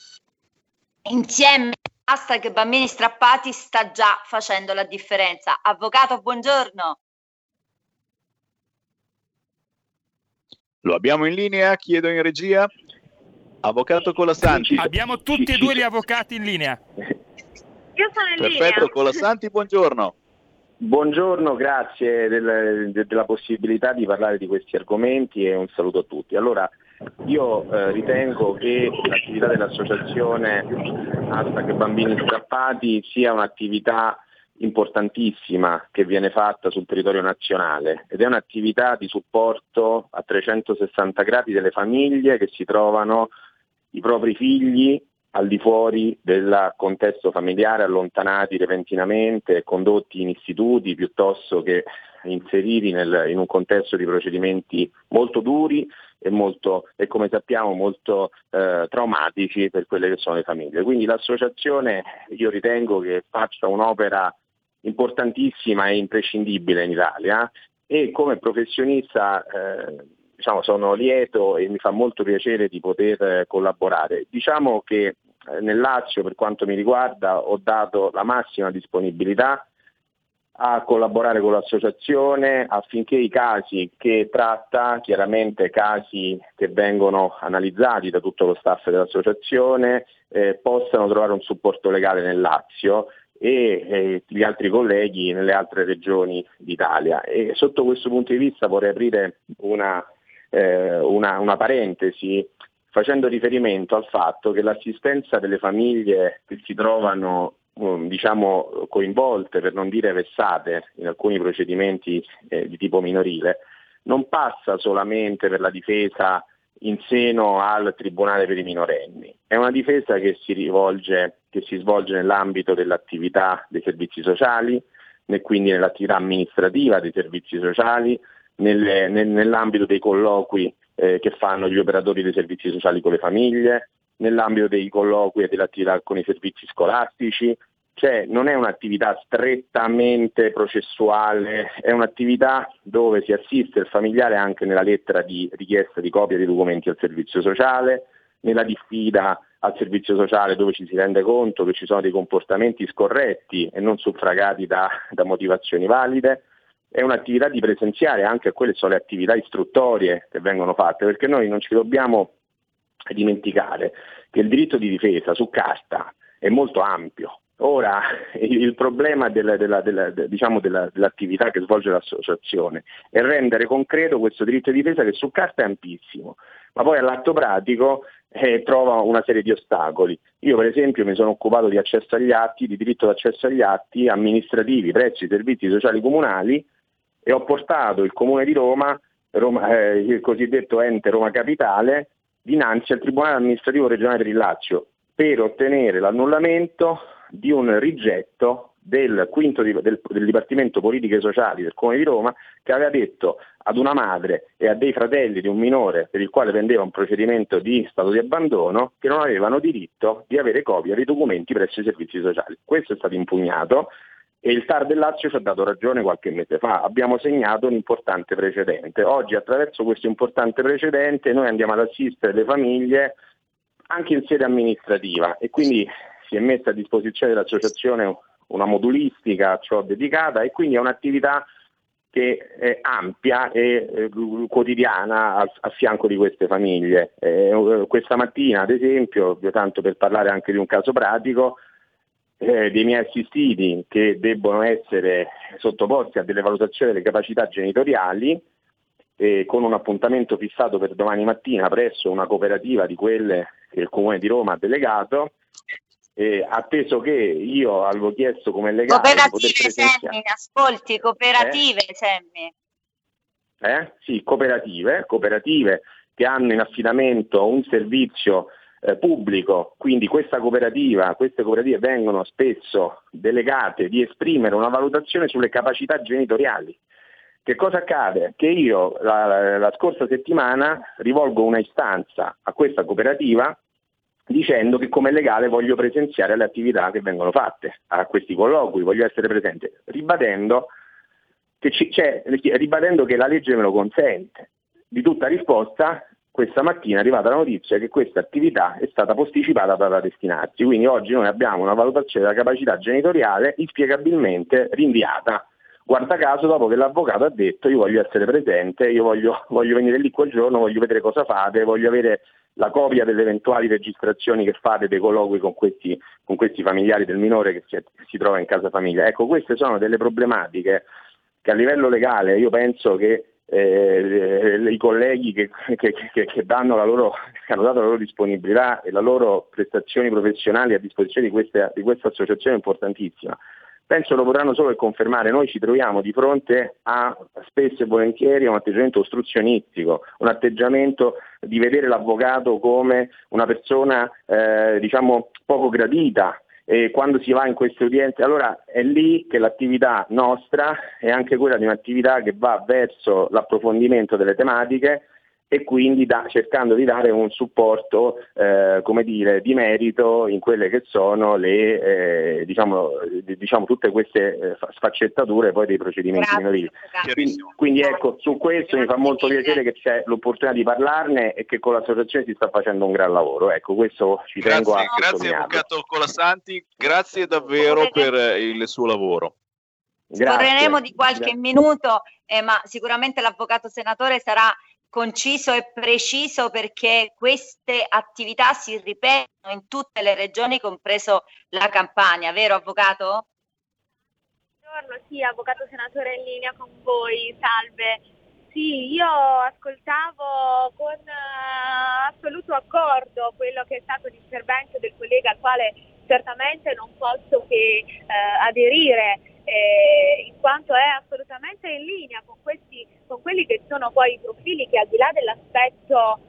#Bambini Strappati sta già facendo la differenza. Avvocato, buongiorno. Lo abbiamo in linea, chiedo in regia. Avvocato Colasanti. Abbiamo tutti e due gli avvocati in linea. Io sono in linea. Perfetto, Colasanti, buongiorno. Buongiorno, grazie della possibilità di parlare di questi argomenti e un saluto a tutti. Allora, io ritengo che l'attività dell'associazione #Bambini Strappati sia un'attività importantissima che viene fatta sul territorio nazionale, ed è un'attività di supporto a 360 gradi delle famiglie che si trovano i propri figli al di fuori del contesto familiare, allontanati repentinamente, condotti in istituti piuttosto che inseriti in un contesto di procedimenti molto duri e come sappiamo molto traumatici per quelle che sono le famiglie. Quindi l'associazione, io ritengo che faccia un'opera importantissima e imprescindibile in Italia, e come professionista sono lieto e mi fa molto piacere di poter collaborare. Diciamo che nel Lazio, per quanto mi riguarda, ho dato la massima disponibilità a collaborare con l'associazione affinché i casi che tratta, chiaramente casi che vengono analizzati da tutto lo staff dell'associazione, possano trovare un supporto legale nel Lazio e gli altri colleghi nelle altre regioni d'Italia. E sotto questo punto di vista vorrei aprire una parentesi facendo riferimento al fatto che l'assistenza delle famiglie che si trovano coinvolte, per non dire vessate, in alcuni procedimenti di tipo minorile, non passa solamente per la difesa in seno al Tribunale per i minorenni. È una difesa che si svolge nell'ambito dell'attività dei servizi sociali, quindi nell'attività amministrativa dei servizi sociali, nell'ambito dei colloqui che fanno gli operatori dei servizi sociali con le famiglie, nell'ambito dei colloqui e dell'attività con i servizi scolastici. Cioè non è un'attività strettamente processuale, è un'attività dove si assiste il familiare anche nella lettera di richiesta di copia dei documenti al servizio sociale, nella diffida al servizio sociale dove ci si rende conto che ci sono dei comportamenti scorretti e non suffragati da motivazioni valide. È un'attività di presenziare anche a quelle sono le attività istruttorie che vengono fatte, perché noi non ci dobbiamo dimenticare che il diritto di difesa su carta è molto ampio. Ora, il problema dell'attività che svolge l'associazione è rendere concreto questo diritto di difesa che su carta è ampissimo, ma poi all'atto pratico trova una serie di ostacoli. Io per esempio mi sono occupato di accesso agli atti, di diritto d'accesso agli atti amministrativi presso i servizi sociali comunali e ho portato il Comune di Roma, il cosiddetto ente Roma Capitale, dinanzi al Tribunale amministrativo regionale per il Lazio per ottenere l'annullamento di un rigetto del Dipartimento Politiche Sociali del Comune di Roma, che aveva detto ad una madre e a dei fratelli di un minore per il quale pendeva un procedimento di stato di abbandono che non avevano diritto di avere copia dei documenti presso i servizi sociali. Questo è stato impugnato e il TAR del Lazio ci ha dato ragione qualche mese fa. Abbiamo segnato un importante precedente. Oggi, attraverso questo importante precedente, noi andiamo ad assistere le famiglie anche in sede amministrativa e quindi si è messa a disposizione dell'associazione una modulistica a ciò dedicata e quindi è un'attività che è ampia e quotidiana a fianco di queste famiglie. Questa mattina, ad esempio, tanto per parlare anche di un caso pratico, dei miei assistiti che debbono essere sottoposti a delle valutazioni delle capacità genitoriali con un appuntamento fissato per domani mattina presso una cooperativa di quelle che il Comune di Roma ha delegato, atteso che io avevo chiesto come legale cooperative, Semmi, ascolti, cooperative, Semmi. Sì, cooperative che hanno in affidamento un servizio pubblico, quindi queste cooperative vengono spesso delegate di esprimere una valutazione sulle capacità genitoriali. Che cosa accade? Che io la scorsa settimana rivolgo una istanza a questa cooperativa dicendo che come legale voglio presenziare alle attività che vengono fatte, a questi colloqui, voglio essere presente, ribadendo che la legge me lo consente. Di tutta risposta, questa mattina è arrivata la notizia che questa attività è stata posticipata da destinarsi, quindi oggi noi abbiamo una valutazione della capacità genitoriale inspiegabilmente rinviata. Guarda caso dopo che l'avvocato ha detto io voglio essere presente, io voglio venire lì quel giorno, voglio vedere cosa fate, voglio avere la copia delle eventuali registrazioni che fate dei colloqui con questi familiari del minore che si trova in casa famiglia. Ecco, queste sono delle problematiche che a livello legale io penso che i colleghi che hanno dato la loro disponibilità e le loro prestazioni professionali a disposizione di questa associazione importantissima, penso lo potranno solo confermare. Noi ci troviamo di fronte a spesso e volentieri a un atteggiamento ostruzionistico, un atteggiamento di vedere l'avvocato come una persona poco gradita. E quando si va in queste udienze, allora è lì che l'attività nostra è anche quella di un'attività che va verso l'approfondimento delle tematiche e quindi cercando di dare un supporto di merito in quelle che sono le tutte queste sfaccettature poi dei procedimenti minorili. Quindi ecco, su questo mi fa molto piacere che c'è l'opportunità di parlarne e che con l'associazione si sta facendo un gran lavoro. Ecco, questo ci tengo a sottolinearlo. Grazie Avvocato Colasanti, grazie davvero per il suo lavoro. Scorreremo di qualche minuto, ma sicuramente l'avvocato senatore sarà conciso e preciso perché queste attività si ripetono in tutte le regioni, compreso la Campania, vero avvocato? Buongiorno, sì, avvocato senatore in linea con voi, salve. Sì, io ascoltavo con assoluto accordo quello che è stato l'intervento del collega al quale certamente non posso che aderire, in quanto è assolutamente in linea con quelli che sono poi i profili che al di là dell'aspetto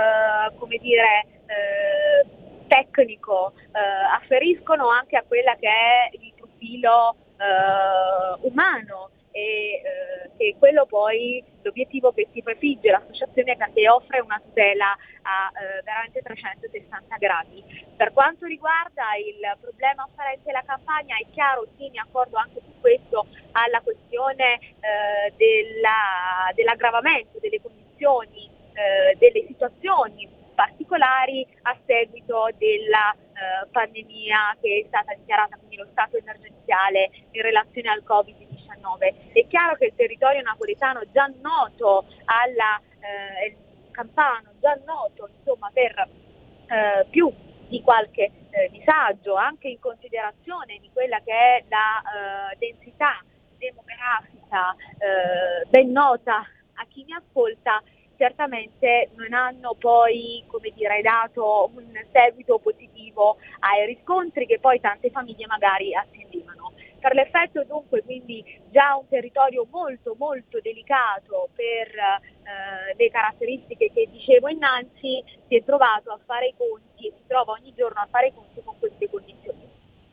tecnico afferiscono anche a quella che è il profilo umano e che quello poi l'obiettivo che si prefigge l'associazione è che offre una tutela a veramente 360 gradi. Per quanto riguarda il problema afferente alla campagna, è chiaro, sì, mi accordo anche su questo, alla questione dell'aggravamento delle condizioni, delle situazioni particolari a seguito della pandemia che è stata dichiarata, quindi lo stato emergenziale in relazione al Covid-19. È chiaro che il territorio napoletano, già noto alla campano, già noto insomma per più di qualche disagio, anche in considerazione di quella che è la densità demografica ben nota a chi mi ascolta, certamente non hanno poi, come dire, dato un seguito positivo ai riscontri che poi tante famiglie magari attendevano. Per l'effetto dunque quindi già un territorio molto molto delicato per le caratteristiche che dicevo innanzi, si è trovato a fare i conti e si trova ogni giorno a fare i conti con queste condizioni.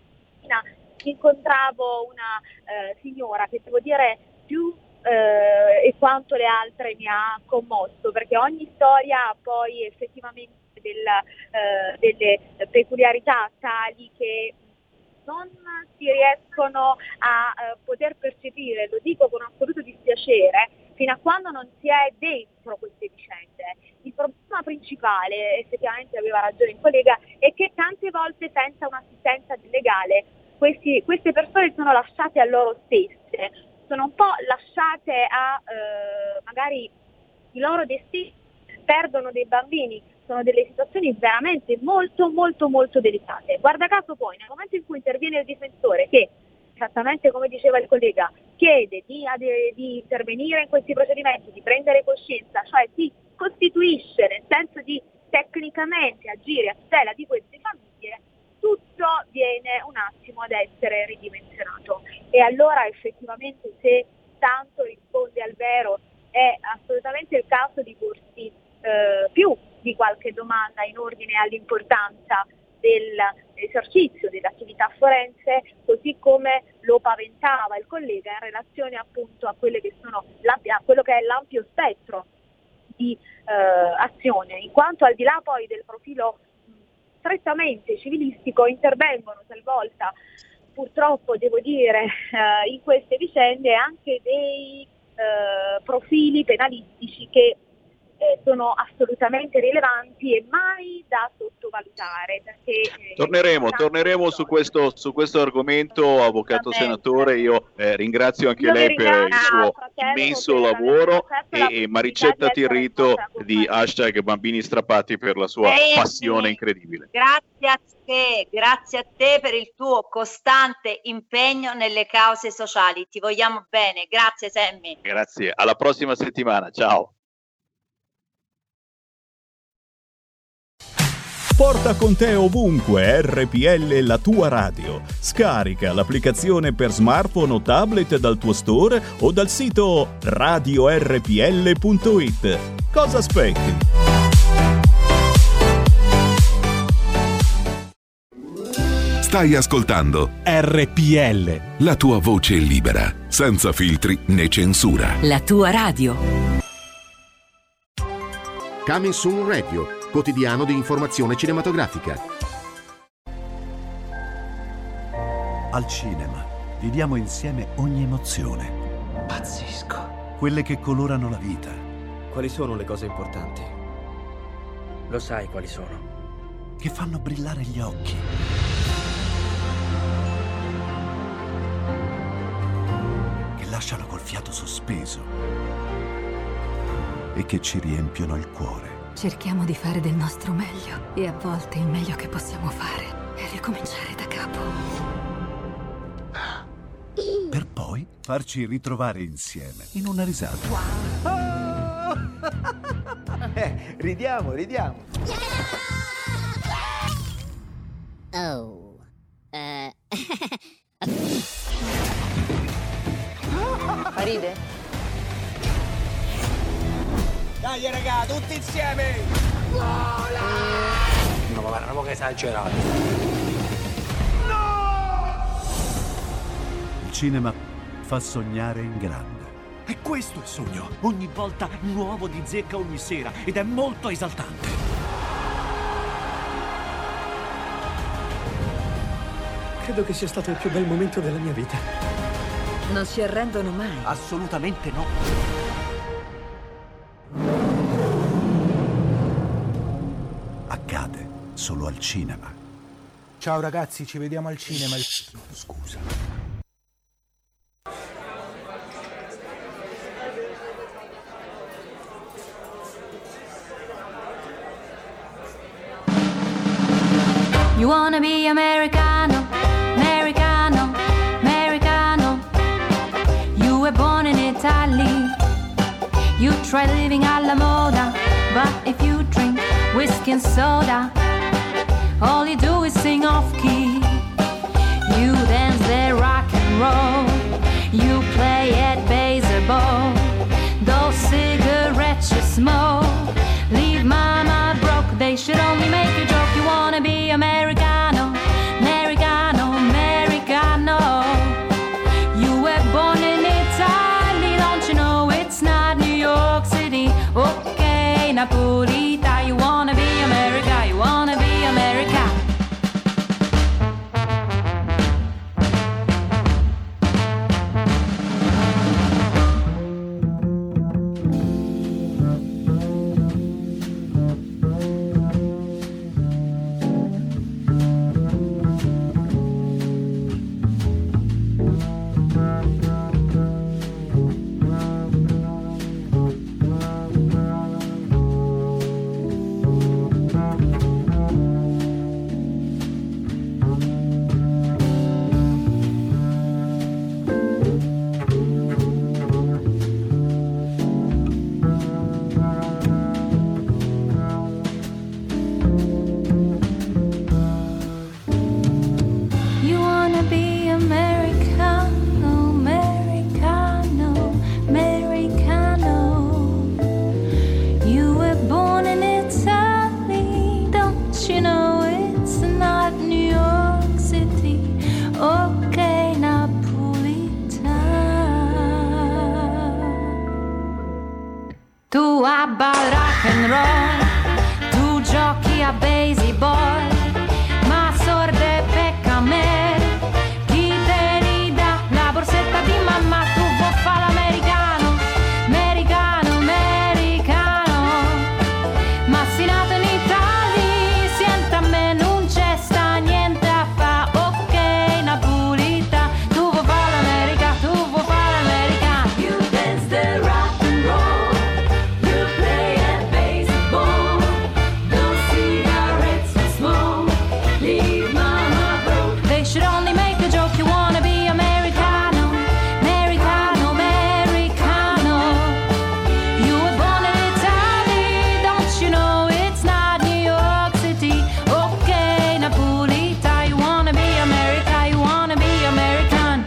Incontravo una signora che devo dire più e quanto le altre mi ha commosso, perché ogni storia ha poi effettivamente delle peculiarità tali che non si riescono a poter percepire, lo dico con assoluto dispiacere, fino a quando non si è dentro queste vicende. Il problema principale, effettivamente aveva ragione il collega, è che tante volte senza un'assistenza legale queste persone sono lasciate a loro stesse, sono un po' lasciate a magari i loro destini, perdono dei bambini, sono delle situazioni veramente molto molto molto delicate. Guarda caso poi nel momento in cui interviene il difensore che, esattamente come diceva il collega, chiede di intervenire in questi procedimenti, di prendere coscienza, cioè si costituisce nel senso di tecnicamente agire a tutela di queste famiglie, tutto viene un attimo ad essere ridimensionato. E allora effettivamente, se tanto risponde al vero, è assolutamente il caso di porsi più di qualche domanda in ordine all'importanza dell'esercizio dell'attività forense, così come lo paventava il collega in relazione appunto a quelle che sono a quello che è l'ampio spettro di azione, in quanto al di là poi del profilo strettamente civilistico intervengono talvolta, purtroppo devo dire, in queste vicende anche dei profili penalistici che sono assolutamente rilevanti e mai da sottovalutare, perché torneremo su questo argomento, avvocato senatore. Io ringrazio anche lei per il suo immenso lavoro e Maricetta Tirrito di #bambini strappati per la sua passione incredibile. Grazie a te per il tuo costante impegno nelle cause sociali, ti vogliamo bene, grazie Sammy. Grazie, alla prossima settimana, ciao. Porta con te ovunque RPL, la tua radio. Scarica l'applicazione per smartphone o tablet dal tuo store o dal sito radiorpl.it. Cosa aspetti? Stai ascoltando RPL, la tua voce libera, senza filtri né censura. La tua radio. Coming Soon Radio, quotidiano di informazione cinematografica. Al cinema viviamo insieme ogni emozione. Pazzesco. Quelle che colorano la vita. Quali sono le cose importanti? Lo sai quali sono? Che fanno brillare gli occhi. Che lasciano col fiato sospeso. E che ci riempiono il cuore. Cerchiamo di fare del nostro meglio e a volte il meglio che possiamo fare è ricominciare da capo. Per poi farci ritrovare insieme in una risata. Ridiamo. Oh. Ride? Dai raga, tutti insieme! Vola! No, ma guarda, che esagerato. Il cinema fa sognare in grande. E questo è il sogno. Ogni volta nuovo di zecca ogni sera ed è molto esaltante. Credo che sia stato il più bel momento della mia vita. Non si arrendono mai. Assolutamente no. solo al cinema. Ciao ragazzi, ci vediamo al cinema. Scusa. You wanna be Americano, Americano, Americano. You were born in Italy. You try living alla moda, but if you drink whiskey and soda, all you do is sing off key. You dance the rock and roll. You play at baseball. Those cigarettes you smoke leave mama broke. They should only make you joke. You wanna be Americano, Americano, Americano. You were born in Italy, don't you know it's not New York City? Okay, Napolita. You wanna be America, you wanna be America. You wanna be Americano, Americano, Americano. You were born in Italy, don't you know it's not New York City? Okay, Napolitana. Tu abbal rock and roll, tu giochi a baseball, ma sorde pecca a me. Chi te rida la borsetta di mamma, tu vuoi fare l'americano, americano, americano. Ma si nato in Italia, senta a me non c'è sta niente a fa. Ok, Napolita, tu vuoi fare l'America, tu vuoi fare l'America. You dance the rock and roll, you play at baseball. Those cigarettes you smoke leave mama broke. They should only make a joke. You wanna be Americano, Americano, Americano. You were born in Italy, don't you know it's not New York City? Okay, Napolita, you wanna be America, you wanna be American.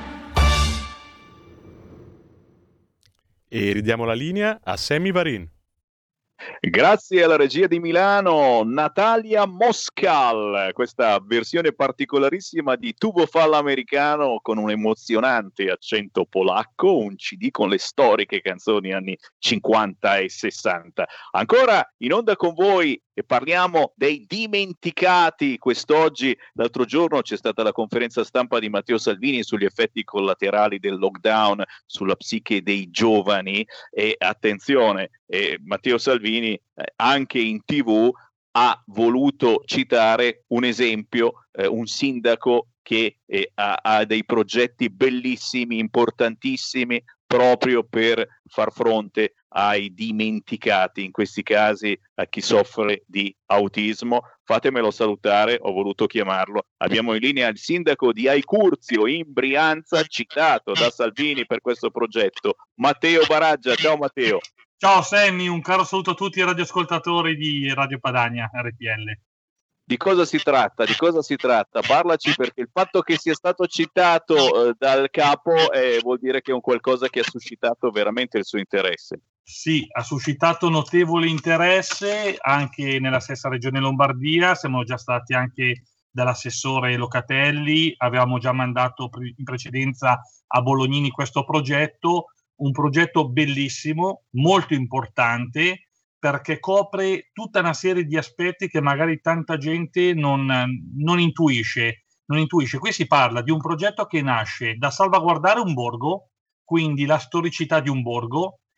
E ridiamo la linea a Sammy Varin. Grazie alla regia di Milano, Natalia Moscal, questa versione particolarissima di Tubo Fallo Americano con un emozionante accento polacco, un CD con le storiche canzoni anni 50 e 60. Ancora in onda con voi e parliamo dei dimenticati. Quest'oggi, l'altro giorno, c'è stata la conferenza stampa di Matteo Salvini sugli effetti collaterali del lockdown sulla psiche dei giovani e attenzione, Matteo Salvini anche in TV ha voluto citare un esempio, un sindaco che ha dei progetti bellissimi, importantissimi, proprio per far fronte ai dimenticati, in questi casi a chi soffre di autismo. Fatemelo salutare, ho voluto chiamarlo. Abbiamo in linea il sindaco di Aicurzio in Brianza, citato da Salvini per questo progetto, Matteo Baraggia. Ciao Matteo. Ciao Sammy, un caro saluto a tutti i radioascoltatori di Radio Padania RPL. Di cosa si tratta? Di cosa si tratta? Parlaci, perché il fatto che sia stato citato dal capo vuol dire che è un qualcosa che ha suscitato veramente il suo interesse. Sì, ha suscitato notevole interesse anche nella stessa regione Lombardia. Siamo già stati anche dall'assessore Locatelli, avevamo già mandato in precedenza a Bolognini questo progetto, un progetto bellissimo, molto importante, perché copre tutta una serie di aspetti che magari tanta gente non intuisce. Qui si parla di un progetto che nasce da salvaguardare un borgo, quindi la storicità di un borgo,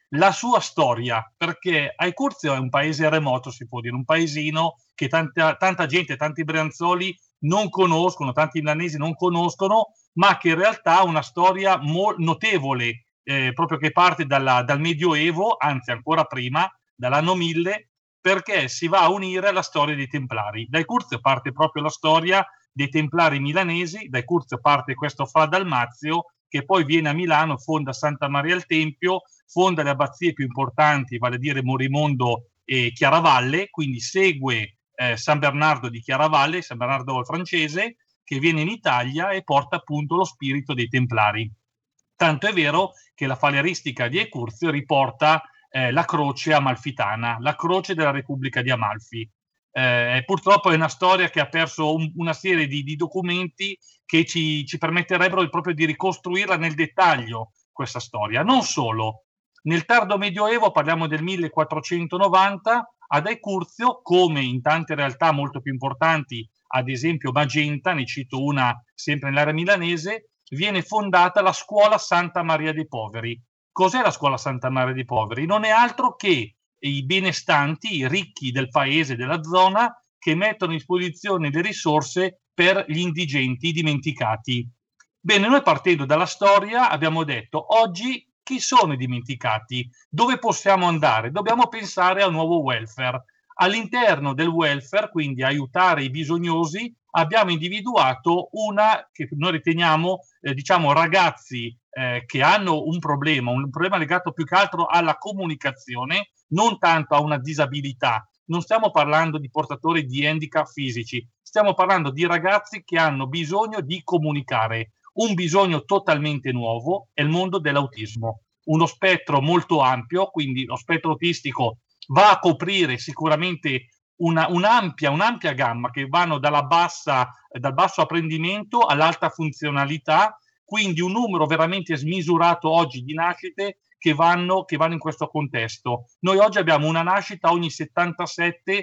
la sua storia, perché Aikurzio è un paese remoto, si può dire, un paesino che tanta gente, tanti brianzoli non conoscono, tanti milanesi non conoscono, ma che in realtà ha una storia notevole, proprio che parte dal Medioevo, anzi ancora prima, dall'anno 1000, perché si va a unire alla storia dei Templari. Da Aikurzio parte proprio la storia dei Templari milanesi, da Aikurzio parte questo Fra Dalmazio, che poi viene a Milano, fonda Santa Maria al Tempio, fonda le abbazie più importanti, vale a dire Morimondo e Chiaravalle, quindi segue San Bernardo di Chiaravalle, San Bernardo francese, che viene in Italia e porta appunto lo spirito dei Templari. Tanto è vero che la faleristica di Aikurzio riporta la croce amalfitana, la croce della Repubblica di Amalfi. Purtroppo è una storia che ha perso una serie di documenti che ci permetterebbero proprio di ricostruirla nel dettaglio, questa storia. Non solo, nel tardo Medioevo, parliamo del 1490, ad Aikurzio, come in tante realtà molto più importanti, ad esempio Magenta, ne cito una sempre nell'area milanese, viene fondata la scuola Santa Maria dei Poveri. Cos'è la scuola Santa Maria dei Poveri? Non è altro che i benestanti, i ricchi del paese, della zona, che mettono a disposizione le risorse per gli indigenti dimenticati. Bene, noi partendo dalla storia abbiamo detto, oggi chi sono i dimenticati? Dove possiamo andare? Dobbiamo pensare al nuovo welfare. All'interno del welfare, quindi aiutare i bisognosi, abbiamo individuato una che noi riteniamo, ragazzi che hanno un problema legato più che altro alla comunicazione, non tanto a una disabilità. Non stiamo parlando di portatori di handicap fisici, stiamo parlando di ragazzi che hanno bisogno di comunicare. Un bisogno totalmente nuovo è il mondo dell'autismo, uno spettro molto ampio, quindi lo spettro autistico va a coprire sicuramente un'ampia gamma che vanno dal basso apprendimento all'alta funzionalità, quindi un numero veramente smisurato oggi di nascite che vanno in questo contesto. Noi oggi abbiamo una nascita ogni 77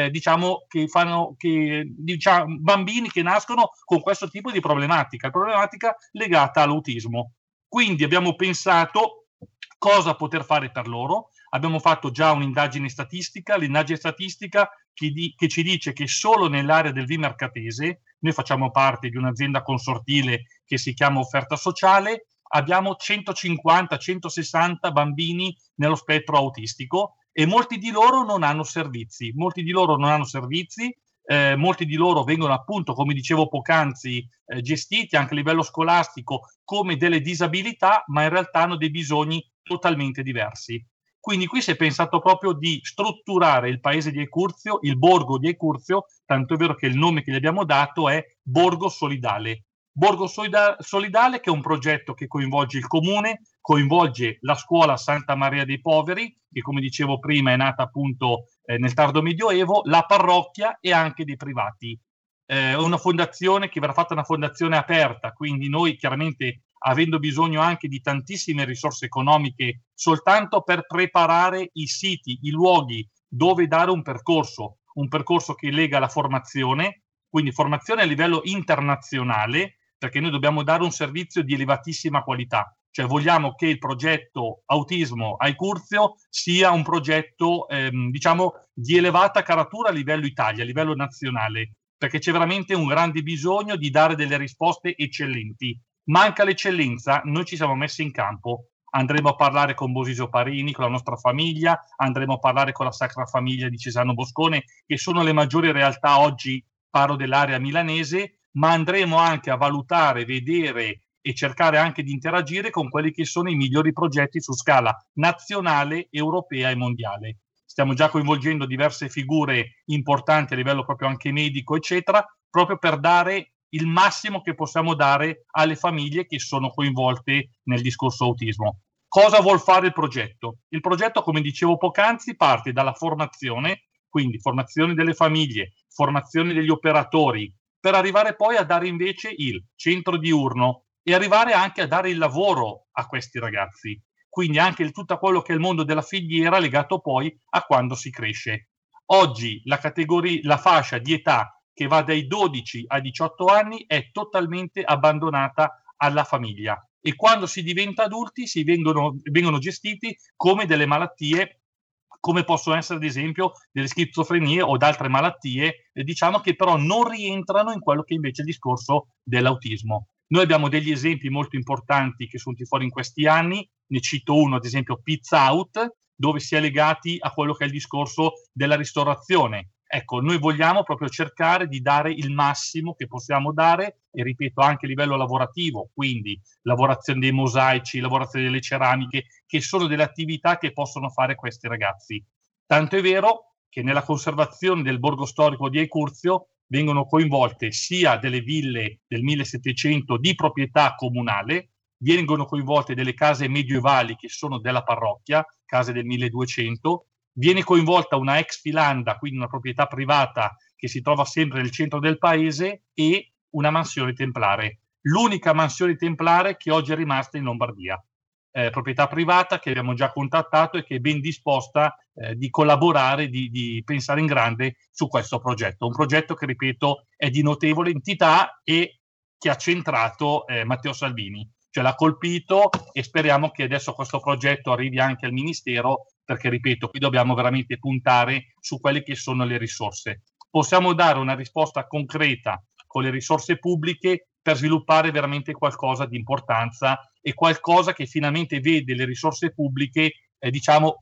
bambini che nascono con questo tipo di problematica legata all'autismo. Quindi abbiamo pensato cosa poter fare per loro. Abbiamo fatto già un'indagine statistica, l'indagine statistica che ci dice che solo nell'area del Vimercatese, noi facciamo parte di un'azienda consortile che si chiama Offerta Sociale, abbiamo 150-160 bambini nello spettro autistico e molti di loro non hanno servizi, molti di loro vengono appunto, come dicevo poc'anzi, gestiti anche a livello scolastico come delle disabilità, ma in realtà hanno dei bisogni totalmente diversi. Quindi qui si è pensato proprio di strutturare il paese di Aikurzio, il borgo di Aikurzio, tanto è vero che il nome che gli abbiamo dato è Borgo Solidale. Borgo Solidale, che è un progetto che coinvolge il comune, coinvolge la scuola Santa Maria dei Poveri, che come dicevo prima è nata appunto nel tardo Medioevo, la parrocchia e anche dei privati. Una fondazione che verrà fatta una fondazione aperta, quindi noi chiaramente avendo bisogno anche di tantissime risorse economiche soltanto per preparare i siti, i luoghi dove dare un percorso che lega la formazione, quindi formazione a livello internazionale, perché noi dobbiamo dare un servizio di elevatissima qualità, cioè vogliamo che il progetto Autismo Aikurzio sia un progetto di elevata caratura a livello Italia, a livello nazionale, perché c'è veramente un grande bisogno di dare delle risposte eccellenti. Manca l'eccellenza, noi ci siamo messi in campo, andremo a parlare con Bosisio Parini, con la nostra famiglia, andremo a parlare con la Sacra Famiglia di Cesano Boscone, che sono le maggiori realtà oggi, parlo dell'area milanese, ma andremo anche a valutare, vedere e cercare anche di interagire con quelli che sono i migliori progetti su scala nazionale, europea e mondiale. Stiamo già coinvolgendo diverse figure importanti a livello proprio anche medico, eccetera, proprio per dare il massimo che possiamo dare alle famiglie che sono coinvolte nel discorso autismo. Cosa vuol fare il progetto? Il progetto, come dicevo poc'anzi, parte dalla formazione, quindi formazione delle famiglie, formazione degli operatori, per arrivare poi a dare invece il centro diurno e arrivare anche a dare il lavoro a questi ragazzi. Quindi anche tutto quello che è il mondo della filiera legato poi a quando si cresce. Oggi la fascia di età che va dai 12 ai 18 anni è totalmente abbandonata alla famiglia e quando si diventa adulti vengono gestiti come delle malattie, come possono essere ad esempio delle schizofrenie o altre malattie, diciamo, che però non rientrano in quello che invece è il discorso dell'autismo. Noi abbiamo degli esempi molto importanti che sono venuti fuori in questi anni, ne cito uno, ad esempio Pizza Out, dove si è legati a quello che è il discorso della ristorazione. Ecco, noi vogliamo proprio cercare di dare il massimo che possiamo dare, e ripeto anche a livello lavorativo, quindi lavorazione dei mosaici, lavorazione delle ceramiche, che sono delle attività che possono fare questi ragazzi. Tanto è vero che nella conservazione del borgo storico di Aicurzio vengono coinvolte sia delle ville del 1700 di proprietà comunale, vengono coinvolte delle case medievali che sono della parrocchia, case del 1200, viene coinvolta una ex filanda, quindi una proprietà privata che si trova sempre nel centro del paese, e una mansione templare. L'unica mansione templare che oggi è rimasta in Lombardia. Proprietà privata che abbiamo già contattato e che è ben disposta di collaborare, di pensare in grande su questo progetto. Un progetto che, ripeto, è di notevole entità e che ha centrato Matteo Salvini. Cioè l'ha colpito, e speriamo che adesso questo progetto arrivi anche al Ministero, perché, ripeto, qui dobbiamo veramente puntare su quelle che sono le risorse. Possiamo dare una risposta concreta con le risorse pubbliche per sviluppare veramente qualcosa di importanza e qualcosa che finalmente vede le risorse pubbliche, diciamo,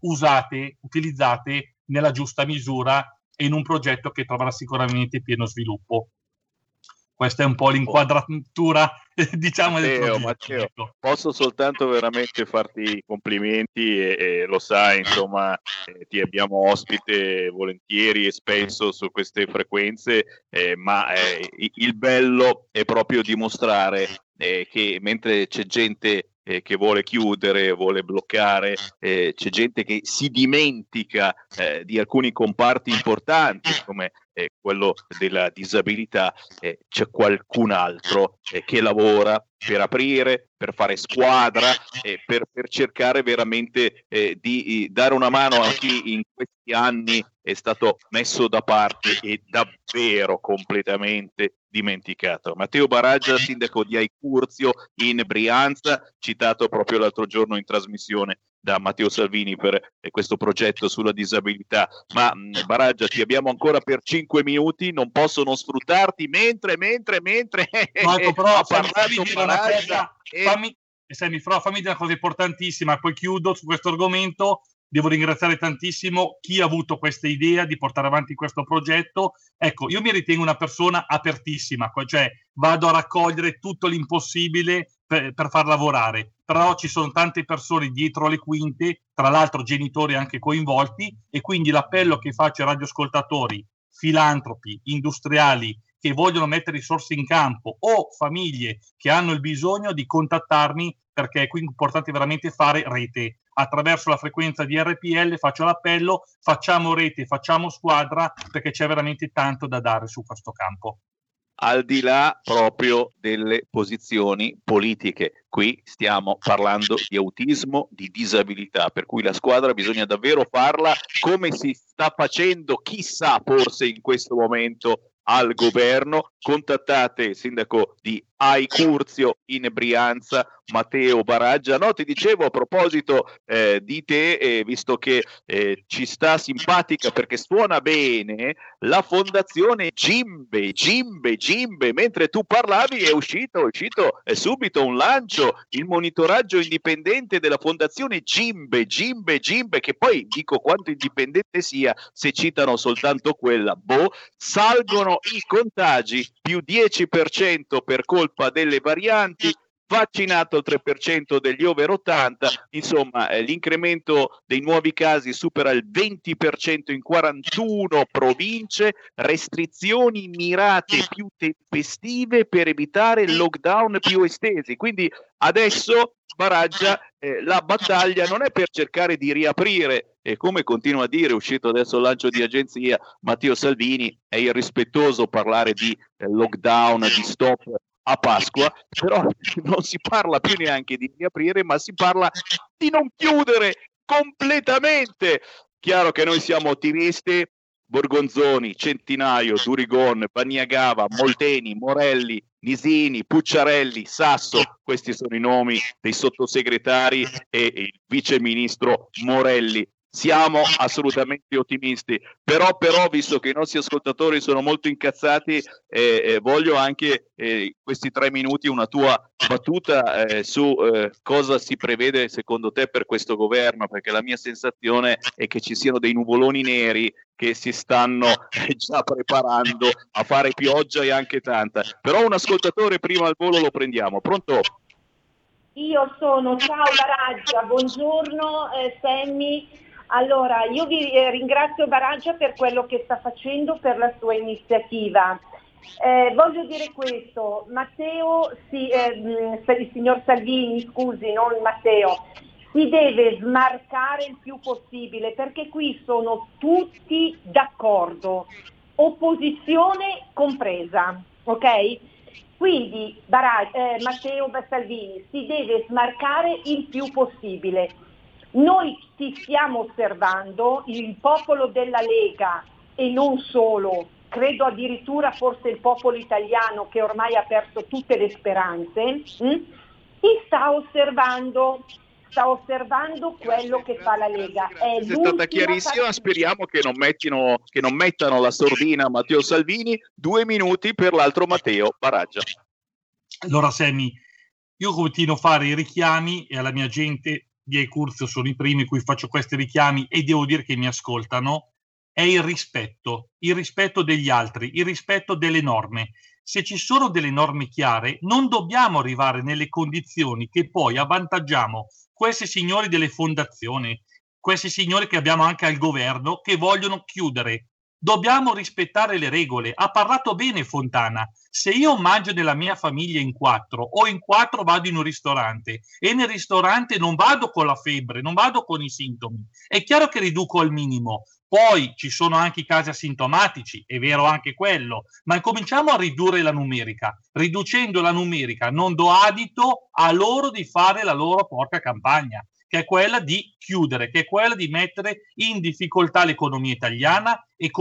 utilizzate nella giusta misura e in un progetto che troverà sicuramente pieno sviluppo. Questa è un po' l'inquadratura, diciamo, del Matteo, posso soltanto veramente farti i complimenti e lo sai, insomma, ti abbiamo ospite volentieri e spesso su queste frequenze, ma il bello è proprio dimostrare che mentre c'è gente che vuole chiudere, vuole bloccare, c'è gente che si dimentica di alcuni comparti importanti come quello della disabilità, c'è qualcun altro che lavora per aprire, per fare squadra, per cercare veramente di dare una mano a chi in questi anni è stato messo da parte e davvero completamente dimenticato. Matteo Baraggia, sindaco di Aicurzio in Brianza, citato proprio l'altro giorno in trasmissione da Matteo Salvini per questo progetto sulla disabilità. Ma Baraggia, ti abbiamo ancora per 5 minuti, non posso non sfruttarti mentre Marco, però, ha parlato Baraggia. Fammi dire una cosa importantissima, poi chiudo su questo argomento. Devo ringraziare tantissimo chi ha avuto questa idea di portare avanti questo progetto. Ecco, io mi ritengo una persona apertissima, cioè vado a raccogliere tutto l'impossibile per far lavorare, però ci sono tante persone dietro le quinte, tra l'altro genitori anche coinvolti, e quindi l'appello che faccio ai radioascoltatori, filantropi, industriali che vogliono mettere risorse in campo o famiglie che hanno il bisogno di contattarmi, perché è qui importante veramente fare rete. Attraverso la frequenza di RPL faccio l'appello, facciamo rete, facciamo squadra, perché c'è veramente tanto da dare su questo campo. Al di là proprio delle posizioni politiche, qui stiamo parlando di autismo, di disabilità, per cui la squadra bisogna davvero farla come si sta facendo, chissà, forse in questo momento al governo. Contattate il sindaco di Aicurzio in Brianza, Matteo Baraggia. No, ti dicevo a proposito di te, visto che ci sta simpatica perché suona bene, la fondazione Gimbe. Mentre tu parlavi è uscito subito un lancio, il monitoraggio indipendente della fondazione Gimbe, che poi dico quanto indipendente sia se citano soltanto quella. Salgono i contagi, più 10% per colpa delle varianti, vaccinato il 3% degli over 80, insomma l'incremento dei nuovi casi supera il 20% in 41 province, restrizioni mirate più tempestive per evitare lockdown più estesi. Quindi adesso Baraggia, la battaglia non è per cercare di riaprire, e come continua a dire, uscito adesso il lancio di agenzia, Matteo Salvini, è irrispettoso parlare di lockdown, di stop a Pasqua, però non si parla più neanche di riaprire, ma si parla di non chiudere completamente. Chiaro che noi siamo ottimisti, Borgonzoni, Centinaio, Durigon, Baniagava, Molteni, Morelli Nisini, Pucciarelli, Sasso, questi sono i nomi dei sottosegretari e il viceministro Morelli. Siamo assolutamente ottimisti, però visto che i nostri ascoltatori sono molto incazzati, voglio anche questi 3 minuti una tua battuta su cosa si prevede secondo te per questo governo, perché la mia sensazione è che ci siano dei nuvoloni neri che si stanno già preparando a fare pioggia e anche tanta. Però un ascoltatore prima al volo lo prendiamo. Pronto? Io sono, ciao Baraggia, buongiorno Sammy. Allora, io vi ringrazio Baraggia per quello che sta facendo, per la sua iniziativa. Voglio dire questo, Matteo, il signor Salvini, scusi, non Matteo, si deve smarcare il più possibile, perché qui sono tutti d'accordo, opposizione compresa, ok? Quindi Matteo Salvini si deve smarcare il più possibile. Noi ti stiamo osservando, il popolo della Lega e non solo, credo addirittura forse il popolo italiano che ormai ha perso tutte le speranze, ti sta osservando quello che fa la Lega. È stata chiarissima, speriamo che non mettano la sordina a Matteo Salvini. 2 minuti per l'altro Matteo Baraggia. Allora Sammy, io continuo a fare i richiami e alla mia gente di Curzio sono i primi cui faccio questi richiami e devo dire che mi ascoltano, è il rispetto degli altri, il rispetto delle norme. Se ci sono delle norme chiare, non dobbiamo arrivare nelle condizioni che poi avvantaggiamo questi signori delle fondazioni, questi signori che abbiamo anche al governo, che vogliono chiudere. Dobbiamo rispettare le regole. Ha parlato bene Fontana. Se io mangio nella mia famiglia in 4 o in 4 vado in un ristorante e nel ristorante non vado con la febbre, non vado con i sintomi, è chiaro che riduco al minimo. Poi ci sono anche i casi asintomatici, è vero anche quello, ma cominciamo a ridurre la numerica. Riducendo la numerica non do adito a loro di fare la loro porca campagna, che è quella di chiudere, che è quella di mettere in difficoltà l'economia italiana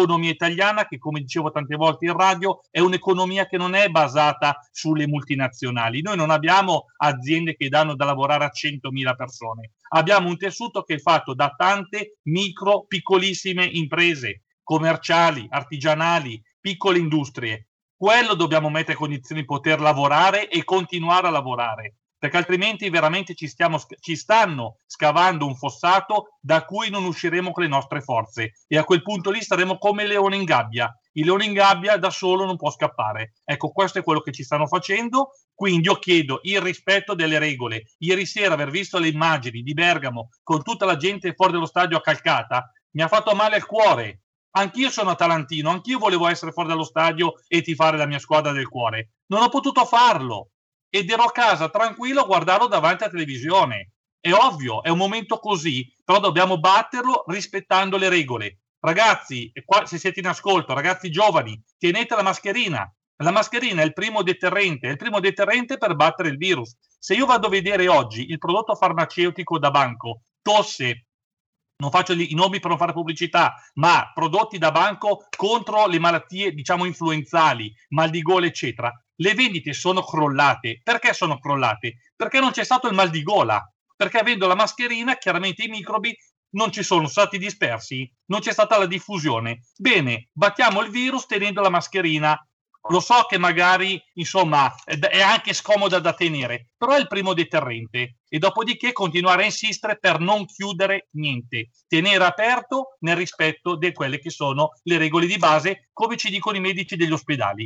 che, come dicevo tante volte in radio, è un'economia che non è basata sulle multinazionali. Noi non abbiamo aziende che danno da lavorare a 100.000 persone, abbiamo un tessuto che è fatto da tante micro, piccolissime imprese commerciali, artigianali, piccole industrie. Quello dobbiamo mettere in condizioni di poter lavorare e continuare a lavorare, perché altrimenti veramente ci stanno scavando un fossato da cui non usciremo con le nostre forze, e a quel punto lì staremo come il leone in gabbia. Il leone in gabbia da solo non può scappare. Ecco, questo è quello che ci stanno facendo, quindi io chiedo il rispetto delle regole. Ieri sera aver visto le immagini di Bergamo con tutta la gente fuori dallo stadio accalcata mi ha fatto male al cuore. Anch'io sono atalantino, anch'io volevo essere fuori dallo stadio e tifare la mia squadra del cuore. Non ho potuto farlo ed ero a casa tranquillo a guardarlo davanti alla televisione. È ovvio, è un momento così, però dobbiamo batterlo rispettando le regole. Ragazzi, se siete in ascolto, ragazzi giovani, tenete la mascherina. La mascherina è il primo deterrente per battere il virus. Se io vado a vedere oggi il prodotto farmaceutico da banco, tosse, non faccio i nomi per non fare pubblicità, ma prodotti da banco contro le malattie, diciamo, influenzali, mal di gola, eccetera, le vendite sono crollate. Perché sono crollate? Perché non c'è stato il mal di gola, perché avendo la mascherina chiaramente i microbi non ci sono stati dispersi, non c'è stata la diffusione. Bene, battiamo il virus tenendo la mascherina. Lo so che magari, insomma, è anche scomoda da tenere, però è il primo deterrente. E dopodiché continuare a insistere per non chiudere niente, tenere aperto nel rispetto di quelle che sono le regole di base, come ci dicono i medici degli ospedali.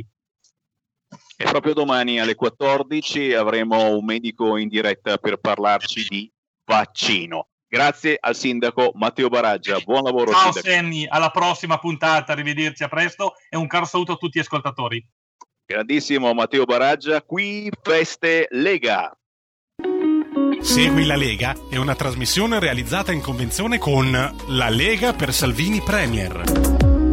E proprio domani alle 14 avremo un medico in diretta per parlarci di vaccino. Grazie al sindaco Matteo Baraggia, buon lavoro. Ciao sindaco. Sammy, alla prossima puntata, arrivederci, a presto e un caro saluto a tutti gli ascoltatori. Grandissimo Matteo Baraggia, qui Feste Lega. Segui la Lega è una trasmissione realizzata in convenzione con La Lega per Salvini Premier.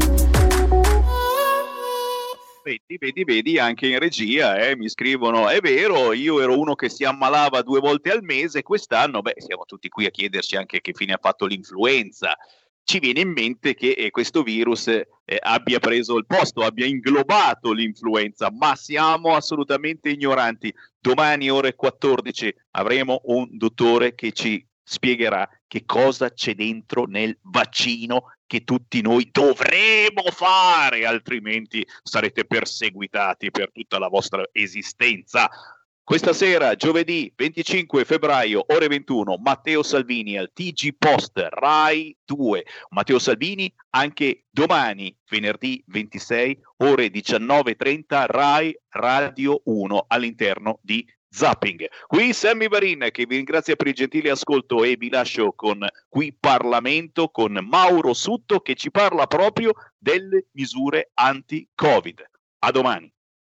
Vedi, anche in regia mi scrivono, è vero, io ero uno che si ammalava 2 volte al mese, quest'anno, siamo tutti qui a chiederci anche che fine ha fatto l'influenza. ci viene in mente che questo virus abbia preso il posto, abbia inglobato l'influenza, ma siamo assolutamente ignoranti. Domani ore 14 avremo un dottore che ci spiegherà che cosa c'è dentro nel vaccino che tutti noi dovremo fare, altrimenti sarete perseguitati per tutta la vostra esistenza. Questa sera, giovedì 25 febbraio, ore 21, Matteo Salvini al TG Post, Rai 2. Matteo Salvini anche domani, venerdì 26, ore 19.30, Rai Radio 1 all'interno di Zapping. Qui Sammy Varin che vi ringrazia per il gentile ascolto e vi lascio con Qui Parlamento con Mauro Sutto che ci parla proprio delle misure anti-Covid. A domani.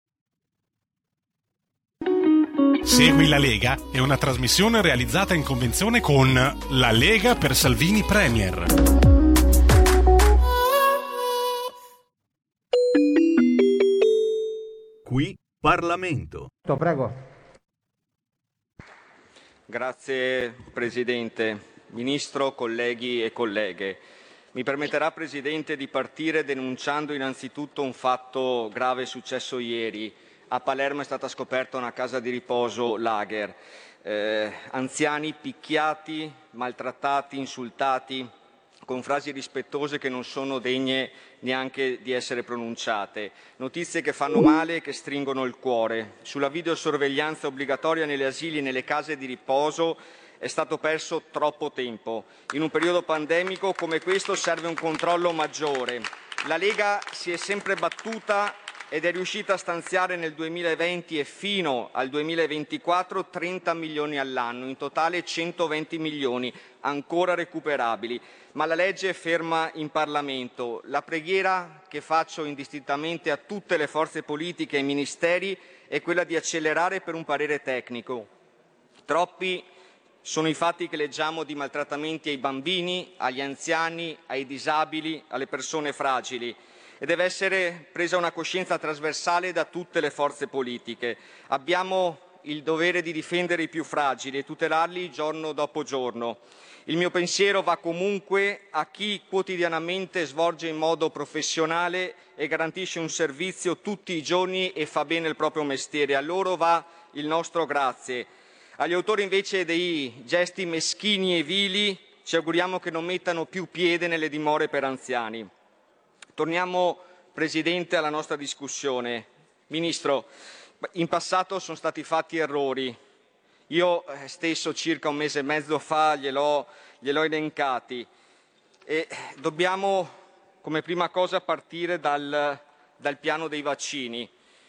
Segui la Lega è una trasmissione realizzata in convenzione con La Lega per Salvini Premier. Qui Parlamento. Prego. Grazie Presidente, Ministro, colleghi e colleghe. Mi permetterà Presidente di partire denunciando innanzitutto un fatto grave successo ieri. A Palermo è stata scoperta una casa di riposo lager, anziani picchiati, maltrattati, insultati, con frasi rispettose che non sono degne neanche di essere pronunciate. Notizie che fanno male e che stringono il cuore. Sulla videosorveglianza obbligatoria negli asili e nelle case di riposo è stato perso troppo tempo. In un periodo pandemico come questo serve un controllo maggiore. La Lega si è sempre battuta ed è riuscita a stanziare nel 2020 e fino al 2024 30 milioni all'anno, in totale 120 milioni, ancora recuperabili. Ma la legge è ferma in Parlamento. La preghiera che faccio indistintamente a tutte le forze politiche e ai ministeri è quella di accelerare per un parere tecnico. Troppi sono i fatti che leggiamo di maltrattamenti ai bambini, agli anziani, ai disabili, alle persone fragili. E deve essere presa una coscienza trasversale da tutte le forze politiche. Abbiamo il dovere di difendere i più fragili e tutelarli giorno dopo giorno. Il mio pensiero va comunque a chi quotidianamente svolge in modo professionale e garantisce un servizio tutti i giorni e fa bene il proprio mestiere. A loro va il nostro grazie. Agli autori invece dei gesti meschini e vili ci auguriamo che non mettano più piede nelle dimore per anziani. Torniamo, Presidente, alla nostra discussione. Ministro, in passato sono stati fatti errori. Io stesso circa un mese e mezzo fa gliel'ho elencati e dobbiamo come prima cosa partire dal piano dei vaccini.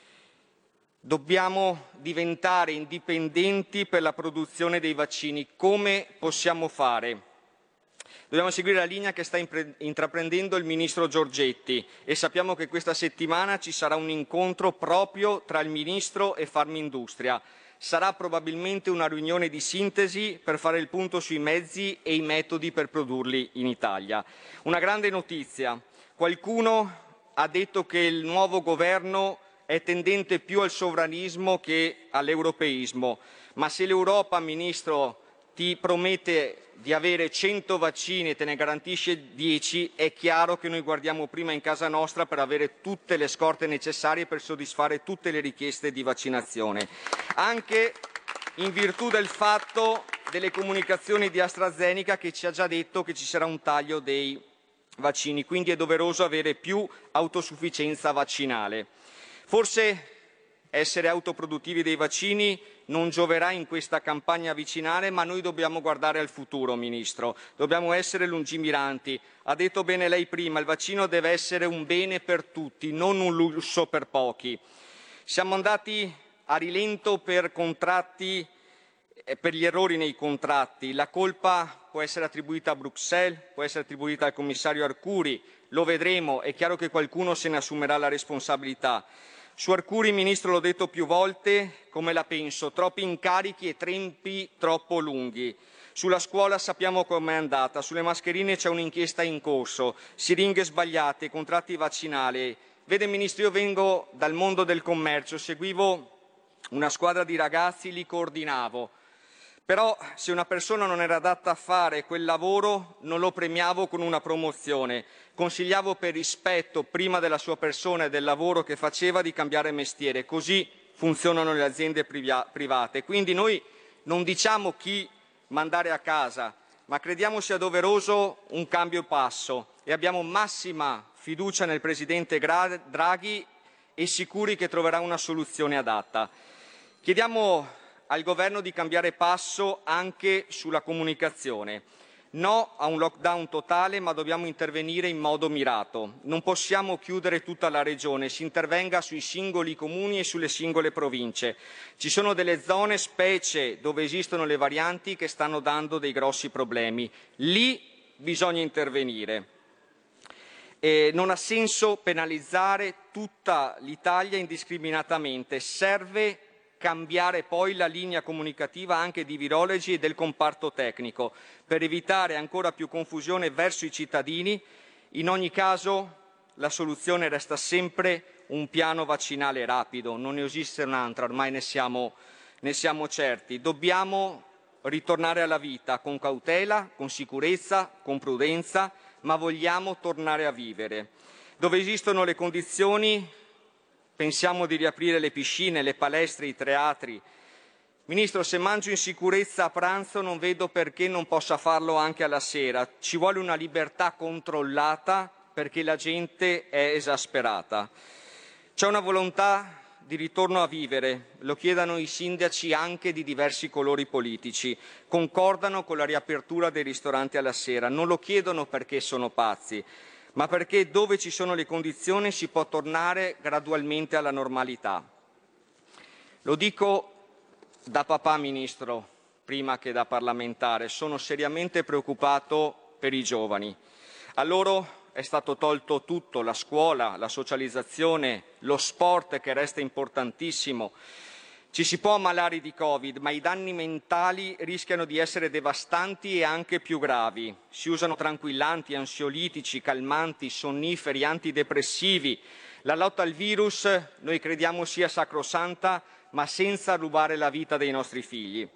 Dobbiamo diventare indipendenti per la produzione dei vaccini. Come possiamo fare? Dobbiamo seguire la linea che sta intraprendendo il Ministro Giorgetti e sappiamo che questa settimana ci sarà un incontro proprio tra il Ministro e Farmindustria. Sarà probabilmente una riunione di sintesi per fare il punto sui mezzi e i metodi per produrli in Italia. Una grande notizia. Qualcuno ha detto che il nuovo governo è tendente più al sovranismo che all'europeismo, ma se l'Europa, Ministro, ti promette di avere 100 vaccini e te ne garantisce 10, è chiaro che noi guardiamo prima in casa nostra per avere tutte le scorte necessarie per soddisfare tutte le richieste di vaccinazione. Anche in virtù del fatto delle comunicazioni di AstraZeneca che ci ha già detto che ci sarà un taglio dei vaccini, quindi è doveroso avere più autosufficienza vaccinale. Forse essere autoproduttivi dei vaccini non gioverà in questa campagna vaccinale, ma noi dobbiamo guardare al futuro, Ministro. Dobbiamo essere lungimiranti. Ha detto bene lei prima, il vaccino deve essere un bene per tutti, non un lusso per pochi. Siamo andati a rilento per contratti e per gli errori nei contratti. La colpa può essere attribuita a Bruxelles, può essere attribuita al commissario Arcuri, lo vedremo, è chiaro che qualcuno se ne assumerà la responsabilità. Su Arcuri, Ministro, l'ho detto più volte, come la penso, troppi incarichi e tempi troppo lunghi. Sulla scuola sappiamo com'è andata, sulle mascherine c'è un'inchiesta in corso, siringhe sbagliate, contratti vaccinali. Vede Ministro, io vengo dal mondo del commercio, seguivo una squadra di ragazzi, li coordinavo. Però se una persona non era adatta a fare quel lavoro non lo premiavo con una promozione, consigliavo per rispetto prima della sua persona e del lavoro che faceva di cambiare mestiere, così funzionano le aziende private. Quindi noi non diciamo chi mandare a casa, ma crediamo sia doveroso un cambio passo e abbiamo massima fiducia nel Presidente Draghi e sicuri che troverà una soluzione adatta. Chiediamo al Governo di cambiare passo anche sulla comunicazione. No a un lockdown totale, ma dobbiamo intervenire in modo mirato. Non possiamo chiudere tutta la regione, si intervenga sui singoli comuni e sulle singole province. Ci sono delle zone, specie dove esistono le varianti, che stanno dando dei grossi problemi. Lì bisogna intervenire. Non ha senso penalizzare tutta l'Italia indiscriminatamente. Serve cambiare poi la linea comunicativa anche di virologi e del comparto tecnico per evitare ancora più confusione verso i cittadini. In ogni caso la soluzione resta sempre un piano vaccinale rapido, non ne esiste un'altra, ormai ne siamo certi. Dobbiamo ritornare alla vita con cautela, con sicurezza, con prudenza, ma vogliamo tornare a vivere. Dove esistono le condizioni, pensiamo di riaprire le piscine, le palestre, i teatri. Ministro, se mangio in sicurezza a pranzo non vedo perché non possa farlo anche alla sera. Ci vuole una libertà controllata perché la gente è esasperata. C'è una volontà di ritorno a vivere, lo chiedono i sindaci anche di diversi colori politici, concordano con la riapertura dei ristoranti alla sera, non lo chiedono perché sono pazzi, ma perché dove ci sono le condizioni si può tornare gradualmente alla normalità. Lo dico da papà, Ministro, prima che da parlamentare, sono seriamente preoccupato per i giovani. A loro è stato tolto tutto, la scuola, la socializzazione, lo sport che resta importantissimo. Ci si può ammalare di Covid, ma i danni mentali rischiano di essere devastanti e anche più gravi. Si usano tranquillanti, ansiolitici, calmanti, sonniferi, antidepressivi. La lotta al virus noi crediamo sia sacrosanta, ma senza rubare la vita dei nostri figli.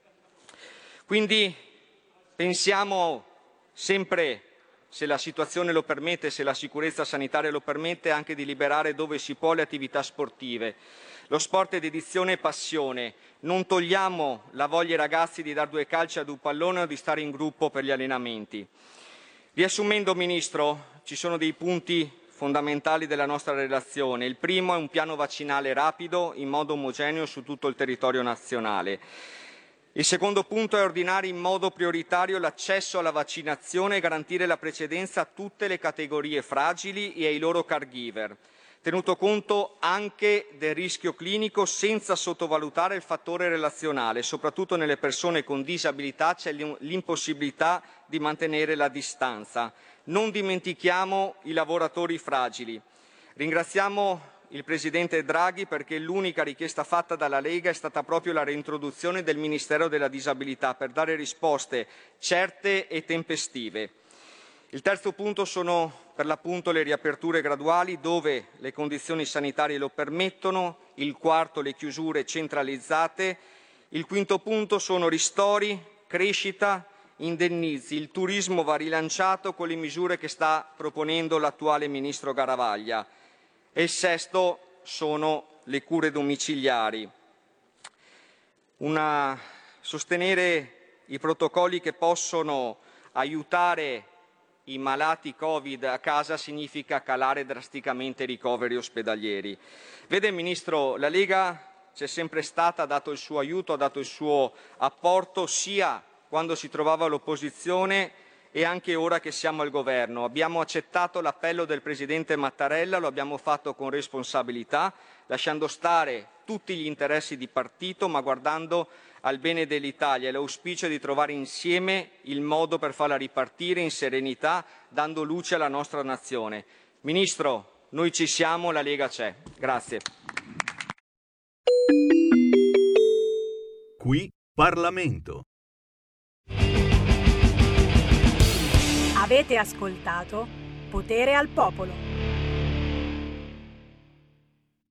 Quindi pensiamo sempre, se la situazione lo permette, se la sicurezza sanitaria lo permette, anche di liberare dove si può le attività sportive. Lo sport è dedizione e passione. Non togliamo la voglia ai ragazzi di dare 2 calci ad un pallone o di stare in gruppo per gli allenamenti. Riassumendo, Ministro, ci sono dei punti fondamentali della nostra relazione. Il primo è un piano vaccinale rapido, in modo omogeneo su tutto il territorio nazionale. Il secondo punto è ordinare in modo prioritario l'accesso alla vaccinazione e garantire la precedenza a tutte le categorie fragili e ai loro caregiver, tenuto conto anche del rischio clinico senza sottovalutare il fattore relazionale. Soprattutto nelle persone con disabilità c'è l'impossibilità di mantenere la distanza. Non dimentichiamo i lavoratori fragili. Ringraziamo il Presidente Draghi perché l'unica richiesta fatta dalla Lega è stata proprio la reintroduzione del Ministero della Disabilità per dare risposte certe e tempestive. Il terzo punto sono per l'appunto le riaperture graduali dove le condizioni sanitarie lo permettono, il quarto le chiusure centralizzate, il quinto punto sono ristori, crescita, indennizi, il turismo va rilanciato con le misure che sta proponendo l'attuale Ministro Garavaglia. E il sesto sono le cure domiciliari. Sostenere i protocolli che possono aiutare i malati Covid a casa significa calare drasticamente i ricoveri ospedalieri. Vede, Ministro, la Lega c'è sempre stata, ha dato il suo aiuto, ha dato il suo apporto sia quando si trovava all'opposizione e anche ora che siamo al governo. Abbiamo accettato l'appello del Presidente Mattarella, lo abbiamo fatto con responsabilità, lasciando stare tutti gli interessi di partito, ma guardando al bene dell'Italia e l'auspicio di trovare insieme il modo per farla ripartire in serenità, dando luce alla nostra nazione. Ministro, noi ci siamo, la Lega c'è. Grazie. Qui Parlamento. Avete ascoltato Potere al Popolo.